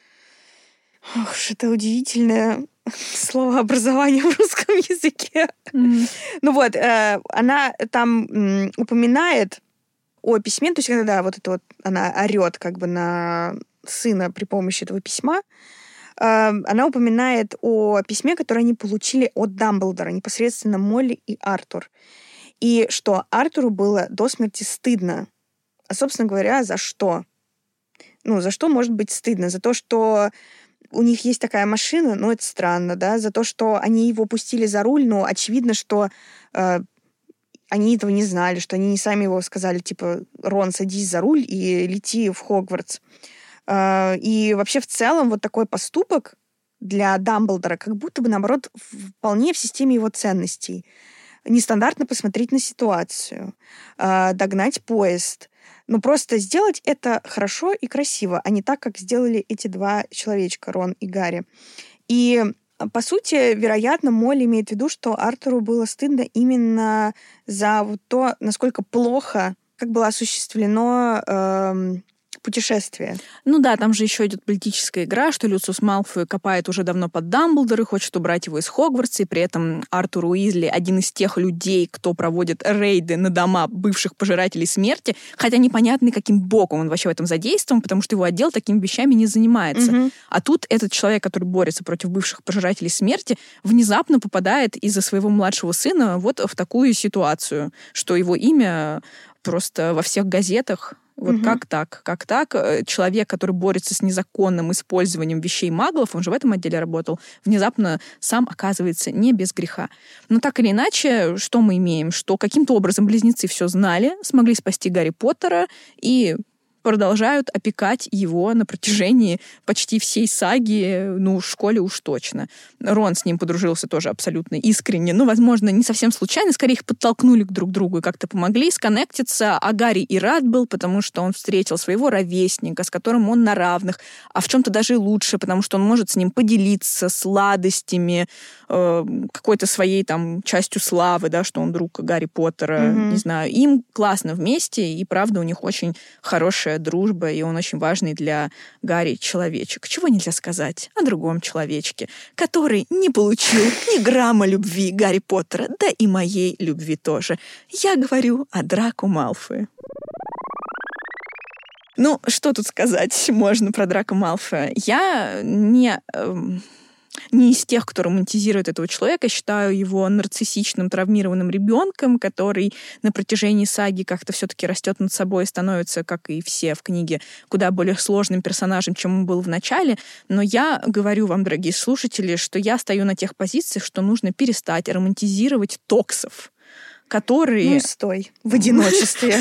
Ох, это удивительное словообразование в русском языке. Ну вот, она там упоминает о письме, то есть когда вот это вот она орет как бы на сына при помощи этого письма, она упоминает о письме, которое они получили от Дамблдора, непосредственно Молли и Артур. И что Артуру было до смерти стыдно. А, собственно говоря, за что? Ну, за что может быть стыдно? За то, что у них есть такая машина, ну, это странно, да? За то, что они его пустили за руль, но очевидно, что они этого не знали, что они не сами его сказали, типа, Рон, садись за руль и лети в Хогвартс. И вообще в целом вот такой поступок для Дамблдора как будто бы, наоборот, вполне в системе его ценностей. Нестандартно посмотреть на ситуацию, догнать поезд. Но просто сделать это хорошо и красиво, а не так, как сделали эти два человечка, Рон и Гарри. И, по сути, вероятно, Молли имеет в виду, что Артуру было стыдно именно за вот то, насколько плохо, как было осуществлено путешествие. Ну да, там же еще идет политическая игра, что Люциус Малфой копает уже давно под Дамблдора, хочет убрать его из Хогвартса, и при этом Артур Уизли один из тех людей, кто проводит рейды на дома бывших пожирателей смерти, хотя непонятно, каким боком он вообще в этом задействован, потому что его отдел такими вещами не занимается. Угу. А тут этот человек, который борется против бывших пожирателей смерти, внезапно попадает из-за своего младшего сына вот в такую ситуацию, что его имя просто во всех газетах. Вот как так? Как так? Человек, который борется с незаконным использованием вещей маглов, он же в этом отделе работал, внезапно сам оказывается не без греха. Но так или иначе, что мы имеем? Что каким-то образом близнецы все знали, смогли спасти Гарри Поттера и продолжают опекать его на протяжении почти всей саги, ну, в школе уж точно. Рон с ним подружился тоже абсолютно искренне, ну, возможно, не совсем случайно, скорее их подтолкнули к друг другу и как-то помогли сконнектиться, а Гарри и рад был, потому что он встретил своего ровесника, с которым он на равных, а в чем-то даже лучше, потому что он может с ним поделиться сладостями, какой-то своей там частью славы, да, что он друг Гарри Поттера, не знаю. Им классно вместе, и правда у них очень хорошая дружба, и он очень важный для Гарри человечек. Чего нельзя сказать о другом человечке, который не получил ни грамма любви Гарри Поттера, да и моей любви тоже. Я говорю о Драко Малфое. Ну, что тут сказать можно про Драко Малфоя? Я не из тех, кто романтизирует этого человека. Считаю его нарциссичным, травмированным ребенком, который на протяжении саги как-то все-таки растет над собой и становится, как и все в книге, куда более сложным персонажем, чем он был в начале. Но я говорю вам, дорогие слушатели, что я стою на тех позициях, что нужно перестать романтизировать токсов, которые... Ну, стой. В одиночестве.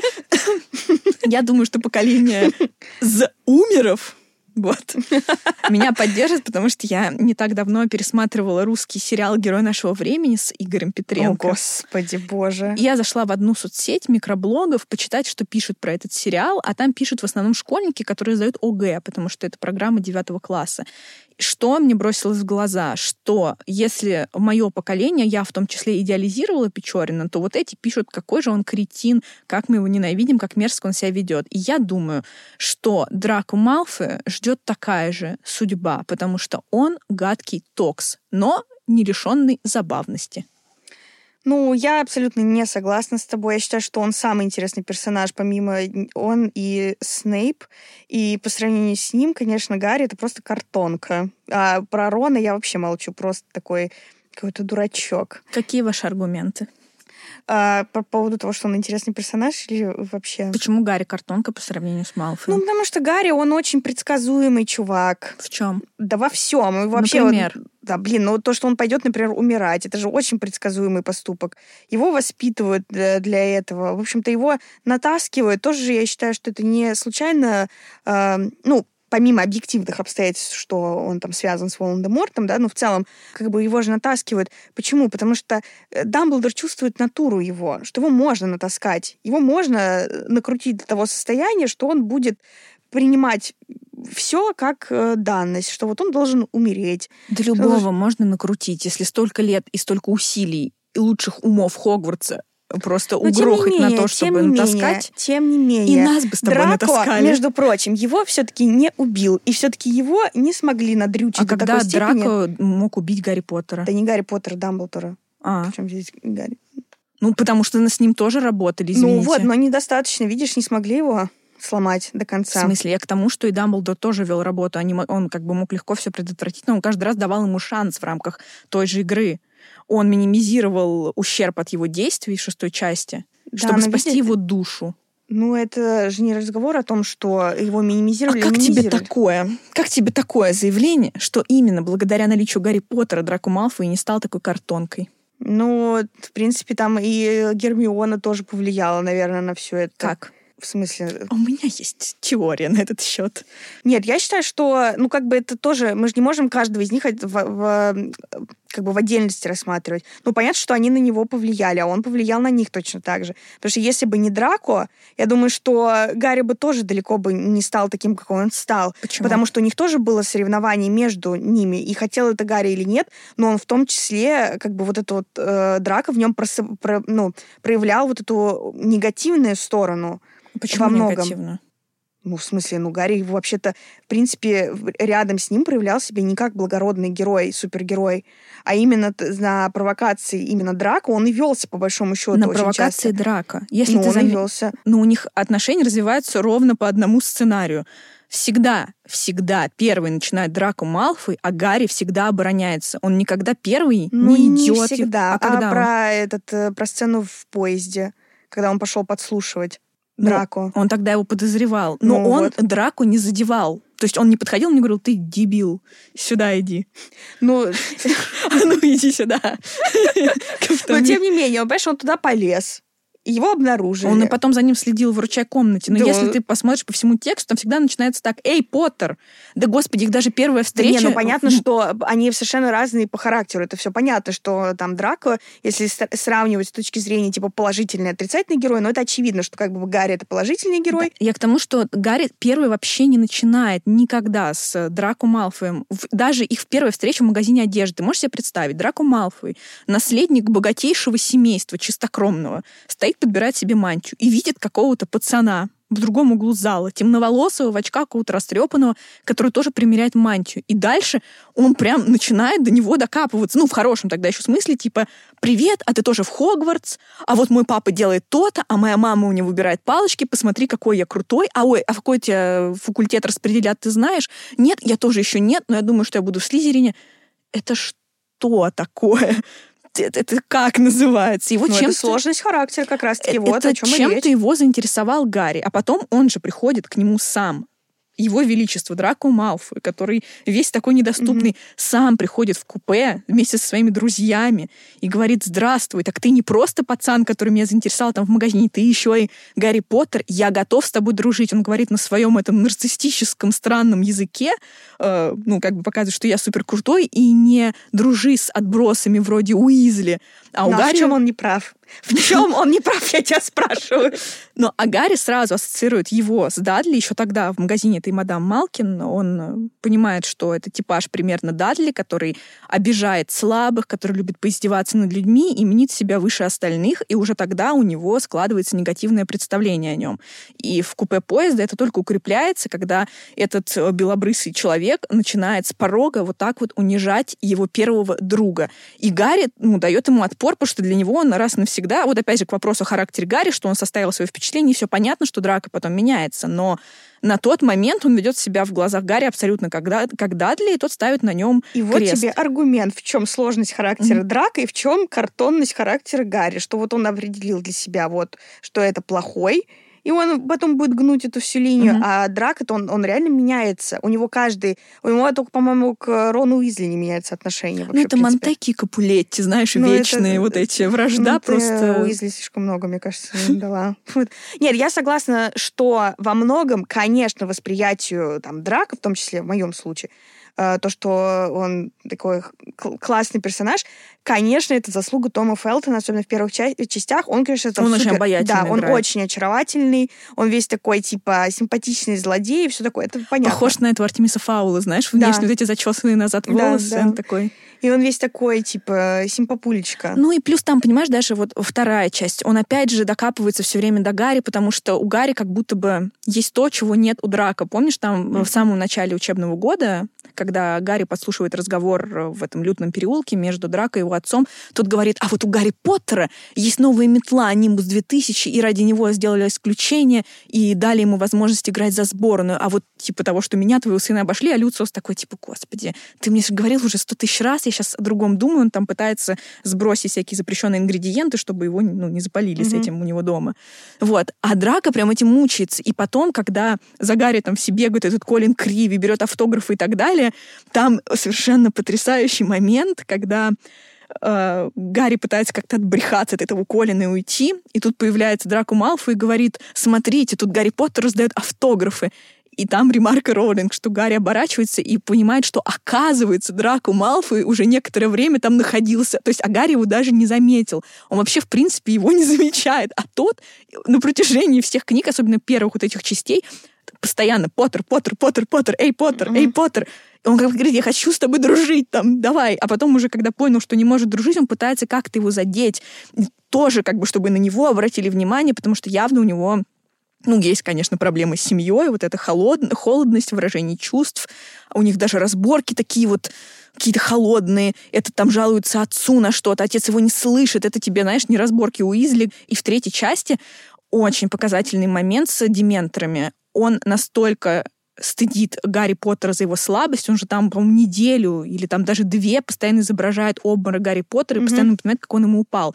Я думаю, что поколение зумеров вот меня поддержит, потому что я не так давно пересматривала русский сериал «Герой нашего времени» с Игорем Петренко. О, Господи Боже. Я зашла в одну соцсеть микроблогов почитать, что пишут про этот сериал, а там пишут в основном школьники, которые сдают ОГЭ, потому что это программа 9 класса. Что мне бросилось в глаза? Что если мое поколение, я в том числе идеализировала Печорина, то вот эти пишут, какой же он кретин, как мы его ненавидим, как мерзко он себя ведет. И я думаю, что Драко Малфоя ждет такая же судьба, потому что он гадкий токс, но не лишенный забавности. Ну, я абсолютно не согласна с тобой. Я считаю, что он самый интересный персонаж, помимо он и Снейп. И по сравнению с ним, конечно, Гарри — это просто картонка. А про Рона я вообще молчу. Просто такой какой-то дурачок. Какие ваши аргументы? По поводу того, что он интересный персонаж или вообще? Почему Гарри картонка по сравнению с Малфоем? Ну, потому что Гарри, он очень предсказуемый чувак. В чем? Да во всем. И вообще, Например? Да, блин, ну то, что он пойдет, например, умирать, это же очень предсказуемый поступок. Его воспитывают для этого. В общем-то, его натаскивают. Тоже я считаю, что это не случайно, помимо объективных обстоятельств, что он там связан с Волан-де-Мортом, да, но в целом как бы его же натаскивают. Почему? Потому что Дамблдор чувствует натуру его, что его можно натаскать. Его можно накрутить до того состояния, что он будет принимать все как данность, что вот он должен умереть. Да любого можно накрутить, если столько лет и столько усилий и лучших умов Хогвартса просто угрохать на то, чтобы натаскать. Тем не менее. И нас бы с тобой натаскали. Драко, между прочим, его все-таки не убил. И все-таки его не смогли надрючить до такой степени. А когда Драко мог убить Гарри Поттера? Да не Гарри Поттера, Дамблдора. Причем здесь Гарри? Ну, потому что с ним тоже работали, извините. Ну вот, но недостаточно, видишь, не смогли его сломать до конца. В смысле? Я к тому, что и Дамблдор тоже вел работу. Он как бы мог легко все предотвратить, но он каждый раз давал ему шанс в рамках той же игры. Он минимизировал ущерб от его действий в 6 части, чтобы спасти его душу. Ну, это же не разговор о том, что его минимизировали. А как тебе такое заявление, что именно благодаря наличию Гарри Поттера Драко Малфой не стал такой картонкой? Ну, в принципе, там и Гермиона тоже повлияла, наверное, на все это. Как? В смысле? У меня есть теория на этот счет. Нет, я считаю, что, это тоже... Мы же не можем каждого из них в отдельности рассматривать. Ну, понятно, что они на него повлияли, а он повлиял на них точно так же. Потому что если бы не Драко, я думаю, что Гарри бы тоже далеко бы не стал таким, какой он стал. Почему? Потому что у них тоже было соревнование между ними, и хотел это Гарри или нет, но он в том числе, Драко в нем проявлял вот эту негативную сторону. Почему негативно? Ну, в смысле, Гарри вообще-то, в принципе, рядом с ним проявлял себя не как благородный герой, супергерой, а именно на провокации именно Драко он и велся, по большому счету, на очень провокации часто. Драко. Если ты велся. Но у них отношения развиваются ровно по одному сценарию. Всегда первый начинает Драко Малфой, а Гарри всегда обороняется. Он никогда первый не идет. Не всегда. Про сцену в поезде, когда он пошел подслушивать Драко. Он тогда его подозревал. Но он Драко не задевал. То есть он не подходил и мне говорил: ты дебил, сюда иди. Иди сюда. Но тем не менее, он туда полез. Его обнаружили. Он и потом за ним следил в ручной комнате. Но если ты посмотришь по всему тексту, там всегда начинается так: «Эй, Поттер!» Да, господи, их даже первая встреча... Да понятно, что они совершенно разные по характеру. Это все понятно, что там Драко, если сравнивать с точки зрения типа положительный и отрицательный герой, но это очевидно, что как бы Гарри — это положительный герой. Да, я к тому, что Гарри первый вообще не начинает никогда с Драко Малфоем. Даже их в первой встрече в магазине одежды. Ты можешь себе представить? Драко Малфой, наследник богатейшего семейства, чистокровного, стоит, подбирает себе мантию и видит какого-то пацана в другом углу зала, темноволосого, в очках, какого-то растрепанного, который тоже примеряет мантию. И дальше он прям начинает до него докапываться. В хорошем тогда еще смысле, типа: «Привет, а ты тоже в Хогвартс? А вот мой папа делает то-то, а моя мама у него выбирает палочки, посмотри, какой я крутой. А в какой тебя факультет распределят, ты знаешь? Нет, я тоже еще нет, но я думаю, что я буду в Слизерине». Это что такое? Это как называется? Это сложность характера как раз-таки. Вот о чем и речь. Чем-то его заинтересовал Гарри. А потом он же приходит к нему сам. Его Величество Драко Малфой, который весь такой недоступный, сам приходит в купе вместе со своими друзьями и говорит: «Здравствуй, так ты не просто пацан, который меня заинтересовал там в магазине, ты еще и Гарри Поттер, я готов с тобой дружить». Он говорит на своем этом нарциссическом странном языке, показывает, что я супер крутой, и не дружи с отбросами вроде Уизли. А у Гарри... в чем он не прав? В чем он не прав, я тебя спрашиваю. А Гарри сразу ассоциирует его с Дадли еще тогда в магазине этой мадам Малкин. Он понимает, что это типаж примерно Дадли, который обижает слабых, который любит поиздеваться над людьми и мнит себя выше остальных, и уже тогда у него складывается негативное представление о нем. И в купе поезда это только укрепляется, когда этот белобрысый человек начинает с порога вот так вот унижать его первого друга. И Гарри дает ему отпор, потому что для него он раз и навсегда... Вот опять же к вопросу о характере Гарри, что он составил свое впечатление, и все понятно, что драка потом меняется, но на тот момент он ведет себя в глазах Гарри абсолютно как Дадли, и тот ставит на нем и крест. Вот тебе аргумент, в чем сложность характера Драка и в чем картонность характера Гарри, что вот он определил для себя, вот, что это плохой, и он потом будет гнуть эту всю линию. А Драко-то он реально меняется. У него только, по-моему, к Рону Уизли не меняется отношение. Вообще, это Монтеки и Капулетти, знаешь, вечные вот эти вражда просто... Уизли слишком много, мне кажется, дала. Нет, я согласна, что во многом, конечно, восприятию там Драко, в том числе в моем случае, то, что он такой классный персонаж, конечно, это заслуга Тома Фелтона, особенно в первых частях. Он, конечно, там он очень обаятельный. Да, он очень очаровательный, он весь такой, типа, симпатичный злодей и все такое. Это понятно. Похож на этого Артемиса Фаула, знаешь, внешне вот эти зачесанные назад волосы. Да. Он такой... И он весь такой, типа, симпапулечка. Ну и плюс там, понимаешь, даже вот вторая часть, он опять же докапывается все время до Гарри, потому что у Гарри как будто бы есть то, чего нет у Драко. Помнишь, там в самом начале учебного года, когда Гарри подслушивает разговор в этом лютном переулке между Драко и его отцом, тот говорит, а вот у Гарри Поттера есть новая метла Нимбус 2000, и ради него сделали исключение, и дали ему возможность играть за сборную. А вот типа того, что меня, твоего сына, обошли, а Люциус такой, типа, господи, ты мне же говорил уже 100 000 раз, я сейчас о другом думаю, он там пытается сбросить всякие запрещенные ингредиенты, чтобы его не запалили с этим у него дома. Вот. А Драко прям этим мучается. И потом, когда за Гарри там все бегают, этот Колин Криви берет автографы и так далее, там совершенно потрясающий момент, когда Гарри пытается как-то отбрехаться от этого Колина и уйти, и тут появляется Драко Малфой и говорит, смотрите, тут Гарри Поттер раздает автографы. И там ремарка Роулинг, что Гарри оборачивается и понимает, что, оказывается, Драко Малфой уже некоторое время там находился. То есть, а Гарри его даже не заметил. Он вообще, в принципе, его не замечает. А тот на протяжении всех книг, особенно первых вот этих частей, постоянно Поттер, Поттер, Поттер, Поттер, эй, Поттер, эй, Поттер. Он как говорит, я хочу с тобой дружить, там, давай. А потом уже, когда понял, что не может дружить, он пытается как-то его задеть. Тоже, как бы, чтобы на него обратили внимание, потому что явно у него... есть, конечно, проблемы с семьей, вот эта холодность выражений чувств. У них даже разборки такие вот какие-то холодные. Это там жалуются отцу на что-то, отец его не слышит. Это тебе, знаешь, не разборки Уизли. И в третьей части очень показательный момент с дементорами. Он настолько стыдит Гарри Поттера за его слабость. Он же там, по-моему, неделю или там даже 2 постоянно изображает обморок Гарри Поттера и постоянно напоминает, как он ему упал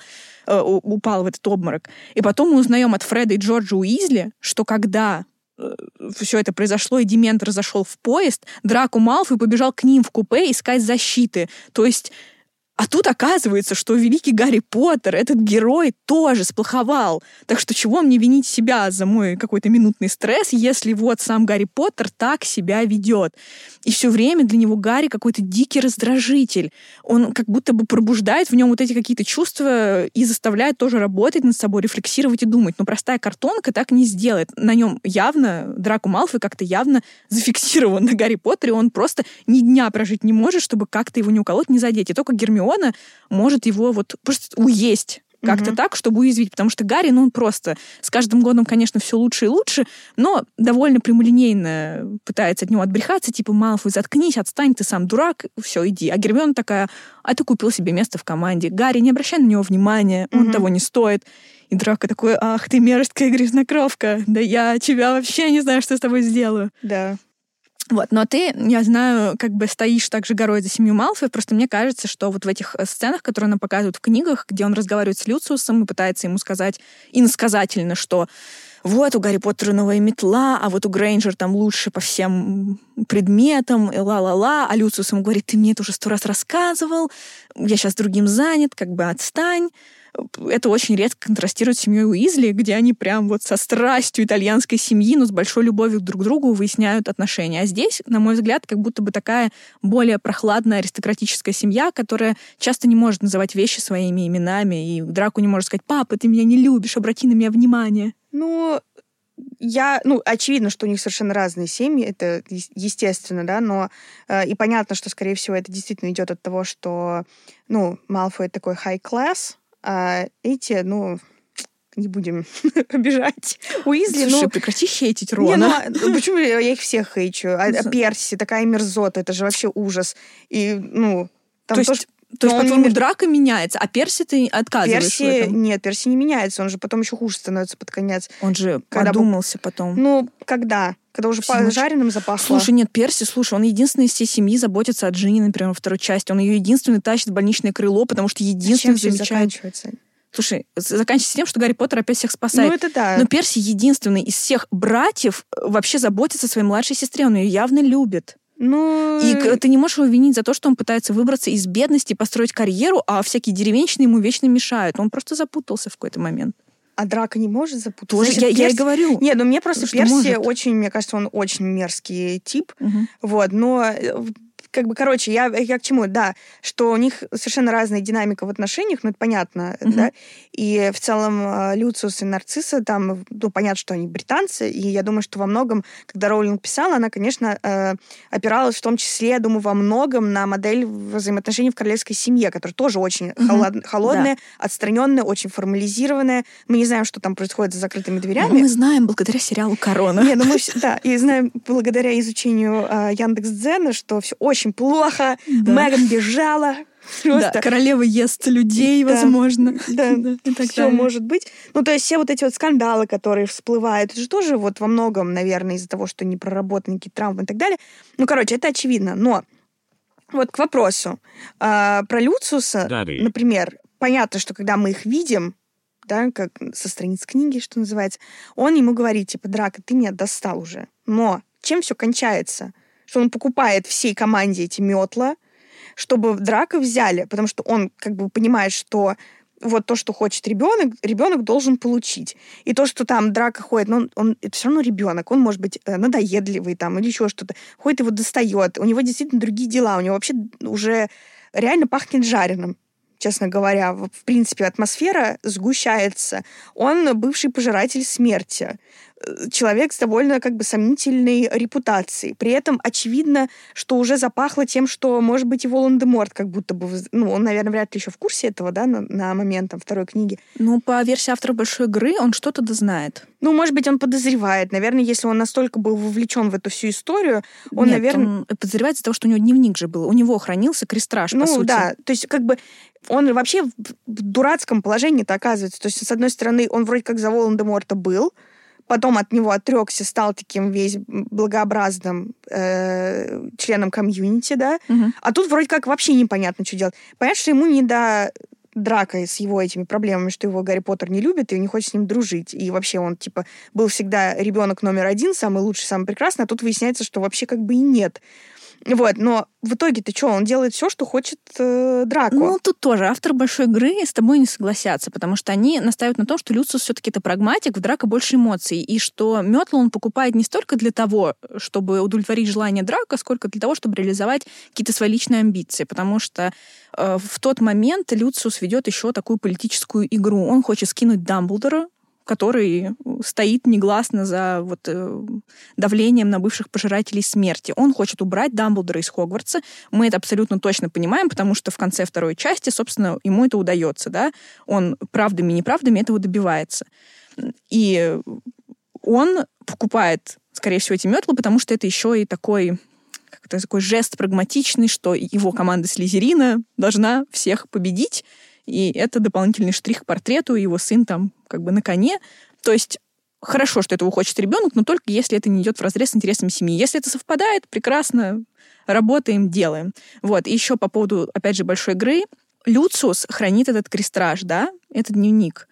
в этот обморок. И потом мы узнаем от Фреда и Джорджа Уизли, что когда все это произошло, и Дементор зашел в поезд, Драко Малфой побежал к ним в купе искать защиты. То есть... А тут оказывается, что великий Гарри Поттер, этот герой, тоже сплоховал. Так что чего мне винить себя за мой какой-то минутный стресс, если вот сам Гарри Поттер так себя ведет? И все время для него Гарри какой-то дикий раздражитель. Он как будто бы пробуждает в нем вот эти какие-то чувства и заставляет тоже работать над собой, рефлексировать и думать. Но простая картонка так не сделает. На нем явно Драко Малфой как-то явно зафиксирован на Гарри Поттере. Он просто ни дня прожить не может, чтобы как-то его не уколоть, не задеть. И только Гермиона может его вот просто уесть как-то так, чтобы уязвить. Потому что Гарри, он просто с каждым годом, конечно, все лучше и лучше, но довольно прямолинейно пытается от него отбрехаться, типа, Малфой, заткнись, отстань, ты сам дурак, все, иди. А Гермиона такая, а ты купил себе место в команде. Гарри, не обращай на него внимания, он того не стоит. И Драко такой, ах, ты мерзкая грязнокровка, да я тебя вообще не знаю, что с тобой сделаю. Да. Вот, но ты, я знаю, как бы стоишь также горой за семью Малфой, просто мне кажется, что вот в этих сценах, которые нам показывают в книгах, где он разговаривает с Люциусом и пытается ему сказать иносказательно, что вот у Гарри Поттера новая метла, а вот у Грейнджер там лучше по всем предметам, и ла-ла-ла, а Люциус ему говорит, ты мне это уже 100 раз рассказывал, я сейчас другим занят, как бы отстань. Это очень редко контрастирует с семьей Уизли, где они прям вот со страстью итальянской семьи, но с большой любовью друг к другу выясняют отношения. А здесь, на мой взгляд, как будто бы такая более прохладная аристократическая семья, которая часто не может называть вещи своими именами, и Драко не может сказать, папа, ты меня не любишь, обрати на меня внимание. Ну, очевидно, что у них совершенно разные семьи, это естественно, да, но и понятно, что, скорее всего, это действительно идет от того, что, Малфой такой high class, а эти, не будем обижать Уизли. Слушай, прекрати хейтить Рона. Почему я их всех хейчу? А Перси, такая мерзота, это же вообще ужас. И, там То есть, по-твоему, Драко меняется, а Перси ты отказываешь в этом? Нет, Перси не меняется, он же потом еще хуже становится под конец. Он же подумался потом. Когда? Когда уже жареным запахло? Слушай, нет, Перси, он единственный из всей семьи заботится о Джинни, например, во второй части. Он ее единственный тащит в больничное крыло, потому что единственный замечает... заканчивается? Слушай, заканчивается тем, что Гарри Поттер опять всех спасает. Это да. Но Перси единственный из всех братьев вообще заботится о своей младшей сестре. Он ее явно любит. И ты не можешь его винить за то, что он пытается выбраться из бедности, построить карьеру, а всякие деревенщины ему вечно мешают. Он просто запутался в какой-то момент. А Драко не может запутаться? Тоже я и говорю. Нет, мне просто Перси очень, мне кажется, он очень мерзкий тип. Но... я к чему? Да, что у них совершенно разная динамика в отношениях, это понятно, да. И в целом Люциус и Нарцисса, там, понятно, что они британцы, и я думаю, что во многом, когда Роулинг писала, она, конечно, опиралась в том числе, я думаю, во многом на модель взаимоотношений в королевской семье, которая тоже очень холодная, отстраненная, очень формализированная. Мы не знаем, что там происходит за закрытыми дверями. Мы знаем благодаря сериалу «Корона». И знаем благодаря изучению Яндекс.Дзена, что все очень плохо, Меган бежала. Да, королева ест людей, возможно. Да, все может быть. То есть все вот эти вот скандалы, которые всплывают, это же тоже вот во многом, наверное, из-за того, что не проработаны какие-то травмы и так далее. Это очевидно. Но вот к вопросу. Про Люциуса, например, понятно, что когда мы их видим, да, как со страниц книги, что называется, он ему говорит, Драко, ты меня достал уже. Но чем все кончается? Что он покупает всей команде эти метла, чтобы Драко взяли, потому что он понимает, что вот то, что хочет ребенок должен получить. И то, что там Драко ходит, он это все равно ребенок, он может быть надоедливый там или еще что-то, ходит его достает, у него действительно другие дела, у него вообще уже реально пахнет жареным. Честно говоря, в принципе, атмосфера сгущается. Он бывший пожиратель смерти. Человек с довольно сомнительной репутацией. При этом очевидно, что уже запахло тем, что, может быть, и Волан-де-Морт как будто бы... он, наверное, вряд ли еще в курсе этого, да, на момент второй книги. По версии автора «Большой игры» он что-то знает. Может быть, он подозревает. Наверное, если он настолько был вовлечен в эту всю историю, он, наверное... он подозревает из-за того, что у него дневник же был. У него хранился крестраж, по сути. Да. То есть, он вообще в дурацком положении-то оказывается. То есть, с одной стороны, он вроде как за Волан-де-Морта был, потом от него отрекся, стал таким весь благообразным членом комьюнити, да? А тут вроде как вообще непонятно, что делать. Понятно, что ему не до Драко с его этими проблемами, что его Гарри Поттер не любит и не хочет с ним дружить. И вообще он, был всегда ребенок номер один, самый лучший, самый прекрасный, а тут выясняется, что вообще и нет. Но в итоге-то что? Он делает все, что хочет Драко. Тут тоже автор «Большой игры» с тобой не согласятся, потому что они настаивают на том, что Люциус все-таки это прагматик, в Драко больше эмоций, и что метлу он покупает не столько для того, чтобы удовлетворить желание Драко, сколько для того, чтобы реализовать какие-то свои личные амбиции, потому что в тот момент Люциус ведет еще такую политическую игру. Он хочет скинуть Дамблдора, который стоит негласно за давлением на бывших пожирателей смерти. Он хочет убрать Дамблдора из Хогвартса. Мы это абсолютно точно понимаем, потому что в конце второй части, собственно, ему это удается. Да? Он правдами и неправдами этого добивается. И он покупает, скорее всего, эти метлы, потому что это еще и такой жест прагматичный, что его команда Слизерина должна всех победить. И это дополнительный штрих к портрету, его сын там на коне. То есть хорошо, что этого хочет ребенок, но только если это не идет вразрез с интересами семьи. Если это совпадает, прекрасно, работаем, делаем. И еще по поводу, опять же, «Большой игры». Люциус хранит этот крестраж, да, этот дневник.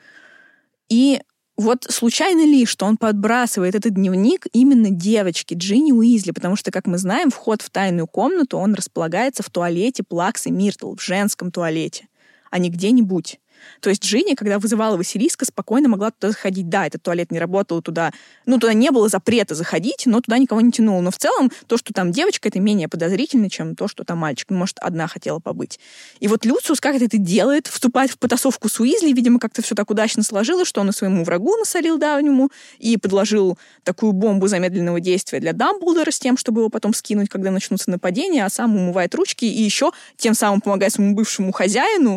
И случайно ли, что он подбрасывает этот дневник именно девочке Джинни Уизли, потому что, как мы знаем, вход в тайную комнату, он располагается в туалете Плаксы Миртл, в женском туалете, а не где-нибудь. То есть Джинни, когда вызывала Василиска, спокойно могла туда заходить. Да, этот туалет не работал туда. Ну, туда не было запрета заходить, но туда никого не тянуло. Но в целом то, что там девочка, это менее подозрительно, чем то, что там мальчик. Ну, может, одна хотела побыть. И вот Люциус как это делает? Вступает в потасовку с Уизли. Видимо, как-то все так удачно сложилось, что он и своему врагу насолил давнему и подложил такую бомбу замедленного действия для Дамблдора с тем, чтобы его потом скинуть, когда начнутся нападения, а сам умывает ручки и еще тем самым помогает своему бывшему хозяину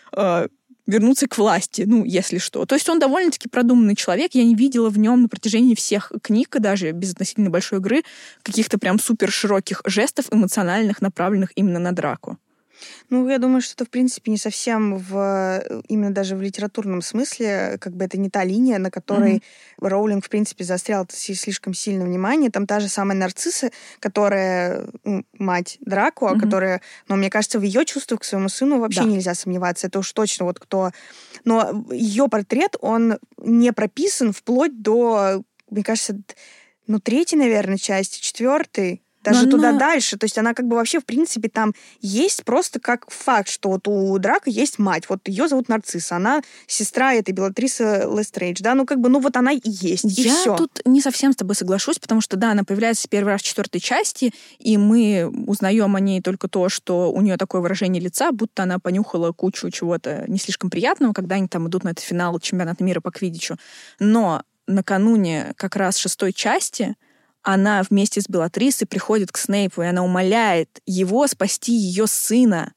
вернуться к власти, ну, если что. То есть он довольно-таки продуманный человек. Я не видела в нем на протяжении всех книг, даже без относительно большой игры, каких-то прям супер широких жестов эмоциональных, направленных именно на Драко. Ну, я думаю, что это, в принципе, не совсем именно даже в литературном смысле, как бы это не та линия, на которой Роулинг, в принципе, заострял слишком сильно внимание. Там та же самая Нарцисса, которая мать Драко, которая, ну, мне кажется, в ее чувствах к своему сыну вообще нельзя сомневаться. Это уж точно вот кто... Но ее портрет, он не прописан вплоть до, мне кажется, ну, 3-й, наверное, части, 4-й. Даже туда дальше. То есть она как бы вообще, в принципе, там есть просто как факт, что вот у Драко есть мать. Вот ее зовут Нарцисса. Она сестра этой Белатрисы Лестрейдж. Да, ну как бы, ну вот она и есть. И я все. Тут не совсем с тобой соглашусь, потому что, да, она появляется первый раз в 4-й части, и мы узнаем о ней только то, что у нее такое выражение лица, будто она понюхала кучу чего-то не слишком приятного, когда они там идут на этот финал чемпионата мира по квиддичу. Но накануне как раз 6-й части она вместе с Белатрисой приходит к Снейпу, и она умоляет его спасти ее сына.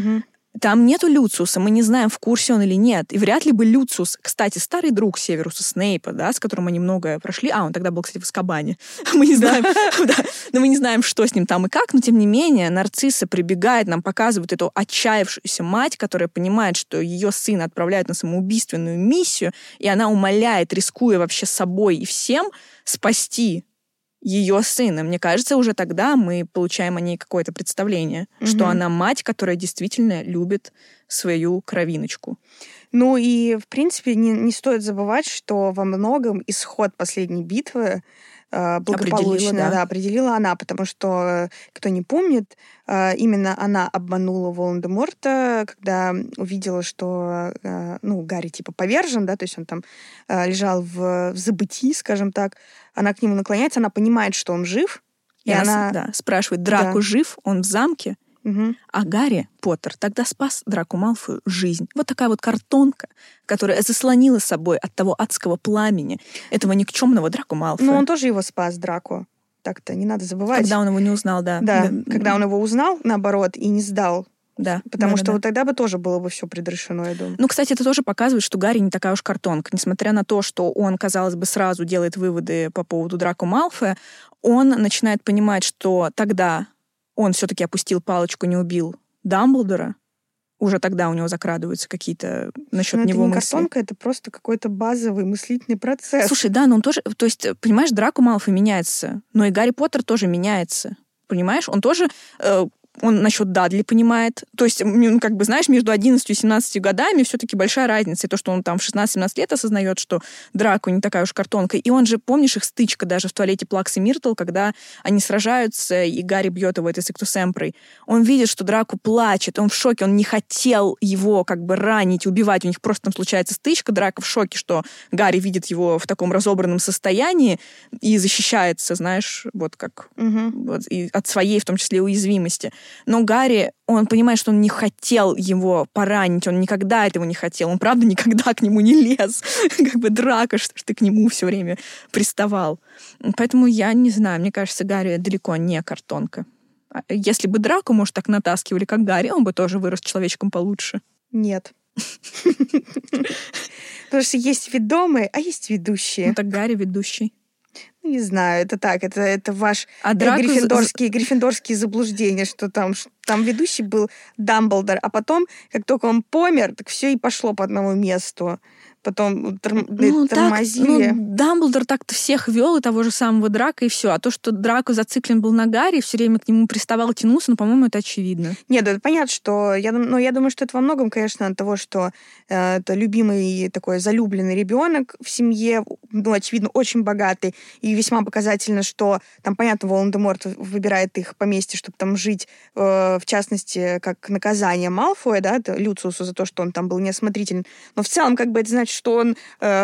Там нету Люциуса, мы не знаем, в курсе он или нет. И вряд ли бы Люциус, кстати, старый друг Северуса Снейпа, да, с которым они многое прошли. Он тогда был, кстати, в Азкабане. Мы не знаем, но мы не знаем, что с ним там и как. Но, тем не менее, Нарцисса прибегает, нам показывает эту отчаявшуюся мать, которая понимает, что ее сына отправляют на самоубийственную миссию, и она умоляет, рискуя вообще собой и всем, спасти ее сына. Мне кажется, уже тогда мы получаем о ней какое-то представление, что она мать, которая действительно любит свою кровиночку. Ну и, в принципе, не стоит забывать, что во многом исход последней битвы благополучно определила она, потому что, кто не помнит, именно она обманула Волан-де-Морта, когда увидела, что Гарри типа повержен, да, то есть он там лежал в забытии, скажем так. Она к нему наклоняется, она понимает, что он жив. И она спрашивает, Драко жив, он в замке? А Гарри Поттер тогда спас Драко Малфою жизнь. Вот такая вот картонка, которая заслонила собой от того адского пламени этого никчемного Драко Малфоя. Но он тоже его спас, Драко. Так-то не надо забывать. Когда он его не узнал, да. Да, когда он его узнал, наоборот, и не сдал. Да. Потому что вот тогда бы тоже было бы все предрешено, я думаю. Ну, кстати, это тоже показывает, что Гарри не такая уж картонка. Несмотря на то, что он, казалось бы, сразу делает выводы по поводу Драко Малфоя, он начинает понимать, что тогда он все-таки опустил палочку, не убил Дамблдора. Уже тогда у него закрадываются какие-то насчет него мысли. Это не картонка, это просто какой-то базовый мыслительный процесс. Слушай, да, но он тоже... То есть, понимаешь, Драко Малфой меняется, но и Гарри Поттер тоже меняется. Понимаешь? Он тоже... Он насчет Дадли понимает. То есть, как бы, знаешь, между 11 и 17 годами все-таки большая разница. И то, что он там в 16-17 лет осознает, что Драко не такая уж картонка. И он же, помнишь, их стычка даже в туалете Плакс и Миртл, когда они сражаются, и Гарри бьет его этой сектусемпрой. Он видит, что Драко плачет, он в шоке, он не хотел его как бы ранить, убивать. У них просто там случается стычка, Драко в шоке, что Гарри видит его в таком разобранном состоянии и защищается, знаешь, вот как вот, и от своей, в том числе, уязвимости. Но Гарри, он понимает, что он не хотел его поранить, он никогда этого не хотел, он, правда, никогда к нему не лез. Как бы Драко, что ты к нему все время приставал. Поэтому я не знаю, мне кажется, Гарри далеко не картонка. Если бы Драко, может, так натаскивали, как Гарри, он бы тоже вырос человечком получше. Нет. Потому что есть ведомые, а есть ведущие. Ну так Гарри ведущий. Не знаю, это так, это ваш гриффиндорские заблуждения, что там ведущий был Дамблдор, а потом, как только он помер, так все и пошло по одному месту. Потом тормозили. Дамблдор так-то всех вел, и того же самого Драко, и все. А то, что Драко зациклен был на Гарри, все время к нему приставал, тянулся, по-моему, это очевидно. Нет, это понятно, что... Я думаю, что это во многом, конечно, от того, что это любимый такой залюбленный ребенок в семье, очевидно, очень богатый, и весьма показательно, что там, понятно, Волан-де-Морт выбирает их поместье, чтобы там жить в частности, как наказание Малфоя, да, Люциусу за то, что он там был неосмотрителен. Но в целом, как бы это значит, что он,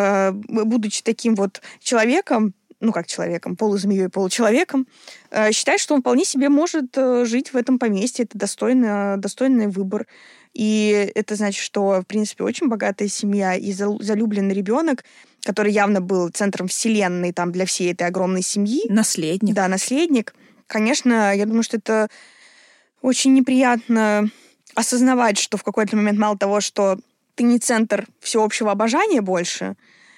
будучи таким вот человеком, ну, как человеком, полузмеей, получеловеком, считает, что он вполне себе может жить в этом поместье. Это достойный выбор. И это значит, что, в принципе, очень богатая семья и залюбленный ребенок, который явно был центром вселенной там для всей этой огромной семьи. Наследник. Да, наследник. Конечно, я думаю, что это очень неприятно осознавать, что в какой-то момент мало того, что ты не центр всеобщего обожания больше,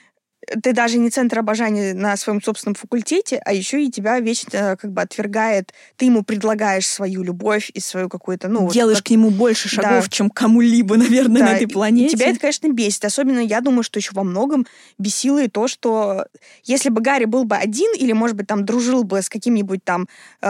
ты даже не центр обожания на своем собственном факультете, а еще и тебя вечно как бы отвергает. Ты ему предлагаешь свою любовь и свою какую-то... Делаешь к нему больше шагов, чем кому-либо, наверное, на этой планете. И тебя это, конечно, бесит. Особенно, я думаю, что еще во многом бесило и то, что если бы Гарри был бы один или, может быть, там дружил бы с каким-нибудь там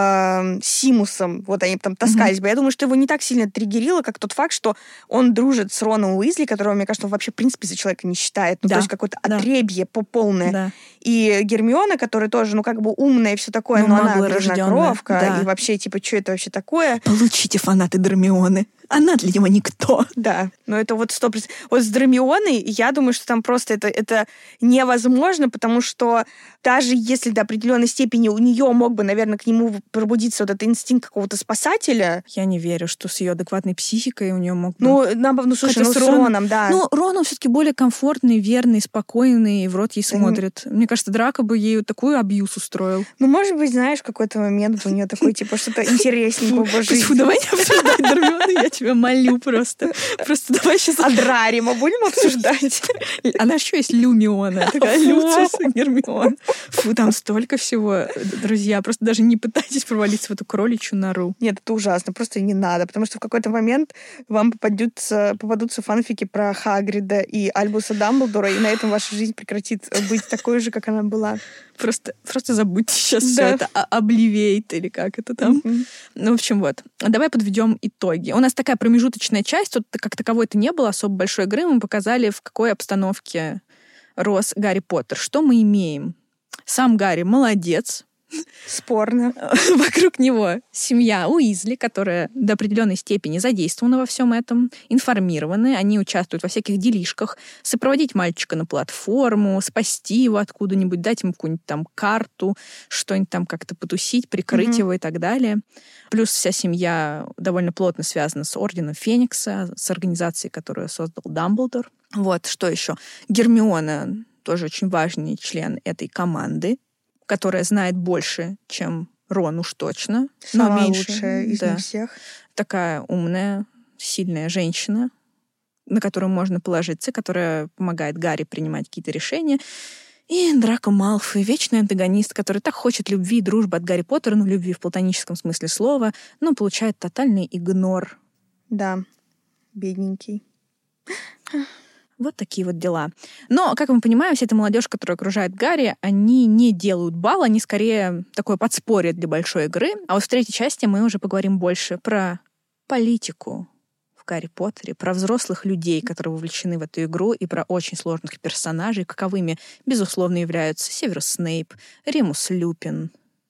Симусом, вот они там таскались бы, я думаю, что его не так сильно триггерило, как тот факт, что он дружит с Роном Уизли, которого, мне кажется, он вообще, в принципе, за человека не считает. То есть какое-то отребье полное. Да. И Гермиона, которая тоже, как бы умная и все такое, но она грязнокровка, и вообще, типа, что это вообще такое? Получите, фанаты Дормионы. Она для него никто. Да, но это вот 100%. Вот с Дормионой, я думаю, что там просто это невозможно, потому что даже если до определенной степени у нее мог бы, наверное, к нему пробудиться вот этот инстинкт какого-то спасателя. Я не верю, что с ее адекватной психикой у нее мог бы... Слушай, с Роном, да. Ну, Рон, он все-таки более комфортный, верный, спокойный, и в рот ей смотрит. Мне кажется, Драко бы ей такую абьюз устроил. Ну, может быть, знаешь, в какой-то момент у нее такой, типа, что-то интересненькое в жизни. Фу, давай не обсуждать Дормиону, я тебя молю просто. Просто давай сейчас... А Драри мы будем обсуждать? Она еще есть Люмиона. Такая Люциус и Гермион. Фу, там столько всего, друзья. Просто даже не пытайтесь провалиться в эту кроличью нору. Нет, это ужасно. Просто не надо. Потому что в какой-то момент вам попадутся фанфики про Хагрида и Альбуса Дамблдора, и на этом ваша жизнь прекратит быть такой же, как она была. Просто забудьте сейчас все это. Обливейт или как это там. Ну, в общем, вот. Давай подведем итоги. У нас такая промежуточная часть. Тут как таковой-то не было особо большой игры. Мы показали, в какой обстановке рос Гарри Поттер. Что мы имеем? Сам Гарри молодец. Спорно. Вокруг него семья Уизли, которая до определенной степени задействована во всем этом, информированы, они участвуют во всяких делишках, сопроводить мальчика на платформу, спасти его откуда-нибудь, дать ему какую-нибудь там карту, что-нибудь там как-то потусить, прикрыть его и так далее. Плюс вся семья довольно плотно связана с Орденом Феникса, с организацией, которую создал Дамблдор. Вот, что еще? Гермиона тоже очень важный член этой команды, которая знает больше, чем Рон уж точно, но меньше. Лучшая из них всех. Такая умная, сильная женщина, на которую можно положиться, которая помогает Гарри принимать какие-то решения. И Драко Малфой, вечный антагонист, который так хочет любви и дружбы от Гарри Поттера, ну, любви в платоническом смысле слова, но получает тотальный игнор. Да, бедненький. Вот такие вот дела. Но, как мы понимаем, вся эта молодежь, которая окружает Гарри, они не делают бал, они скорее такое подспорье для большой игры. А вот в третьей части мы уже поговорим больше про политику в Гарри Поттере, про взрослых людей, которые вовлечены в эту игру, и про очень сложных персонажей, каковыми, безусловно, являются Северус Снейп, Ремус Люпин.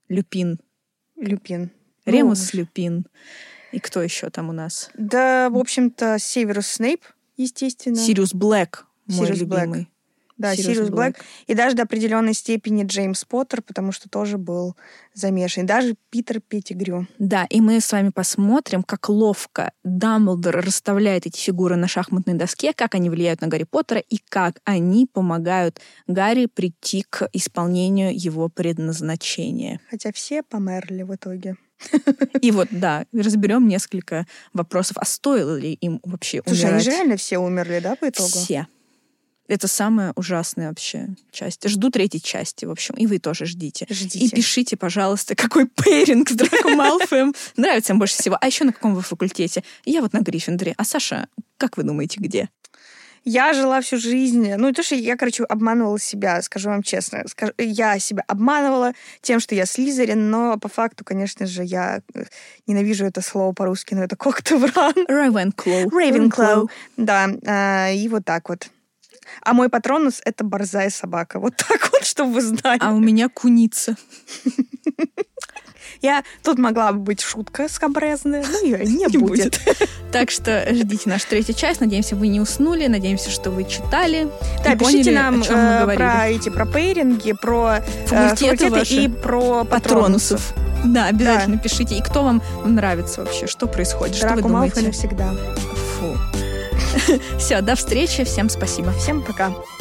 Ремус Люпин. И кто еще там у нас? Да, в общем-то, Северус Снейп, естественно. Сириус Блэк, мой Сириус любимый. Блэк. Да, Сириус Блэк. И даже до определенной степени Джеймс Поттер, потому что тоже был замешан. И даже Питер Петтигрю. Да, и мы с вами посмотрим, как ловко Дамблдор расставляет эти фигуры на шахматной доске, как они влияют на Гарри Поттера и как они помогают Гарри прийти к исполнению его предназначения. Хотя все померли в итоге. И вот, да, разберем несколько вопросов. А стоило ли им вообще умирать? Слушай, они же реально все умерли, да, по итогу? Все. Это самая ужасная вообще часть. Жду третьей части, в общем, и вы тоже ждите. И пишите, пожалуйста, какой пейринг с Драко Малфоем нравится вам больше всего. А еще на каком вы факультете? Я вот на Гриффиндоре. А Саша, как вы думаете, где? Я жила всю жизнь... Ну, не то, что я, обманывала себя, скажу вам честно. Я себя обманывала тем, что я Слизерин, но по факту, конечно же, я ненавижу это слово по-русски, но это Коктевран. Рейвенклоу. Да, и вот так вот. А мой патронус — это борзая собака. Вот так вот, чтобы вы знали. А у меня куница. Тут могла бы быть шутка скабрезная, но ее не будет. Так что ждите нашу третью часть. Надеемся, вы не уснули. Надеемся, что вы читали. Да, пишите нам о чем мы говорили. про пейринги, про факультеты и про патронусов. Да, обязательно пишите. И кто вам нравится вообще? Что происходит? Что вы думаете? Навсегда. Фу. Все, до встречи. Всем спасибо. Всем пока.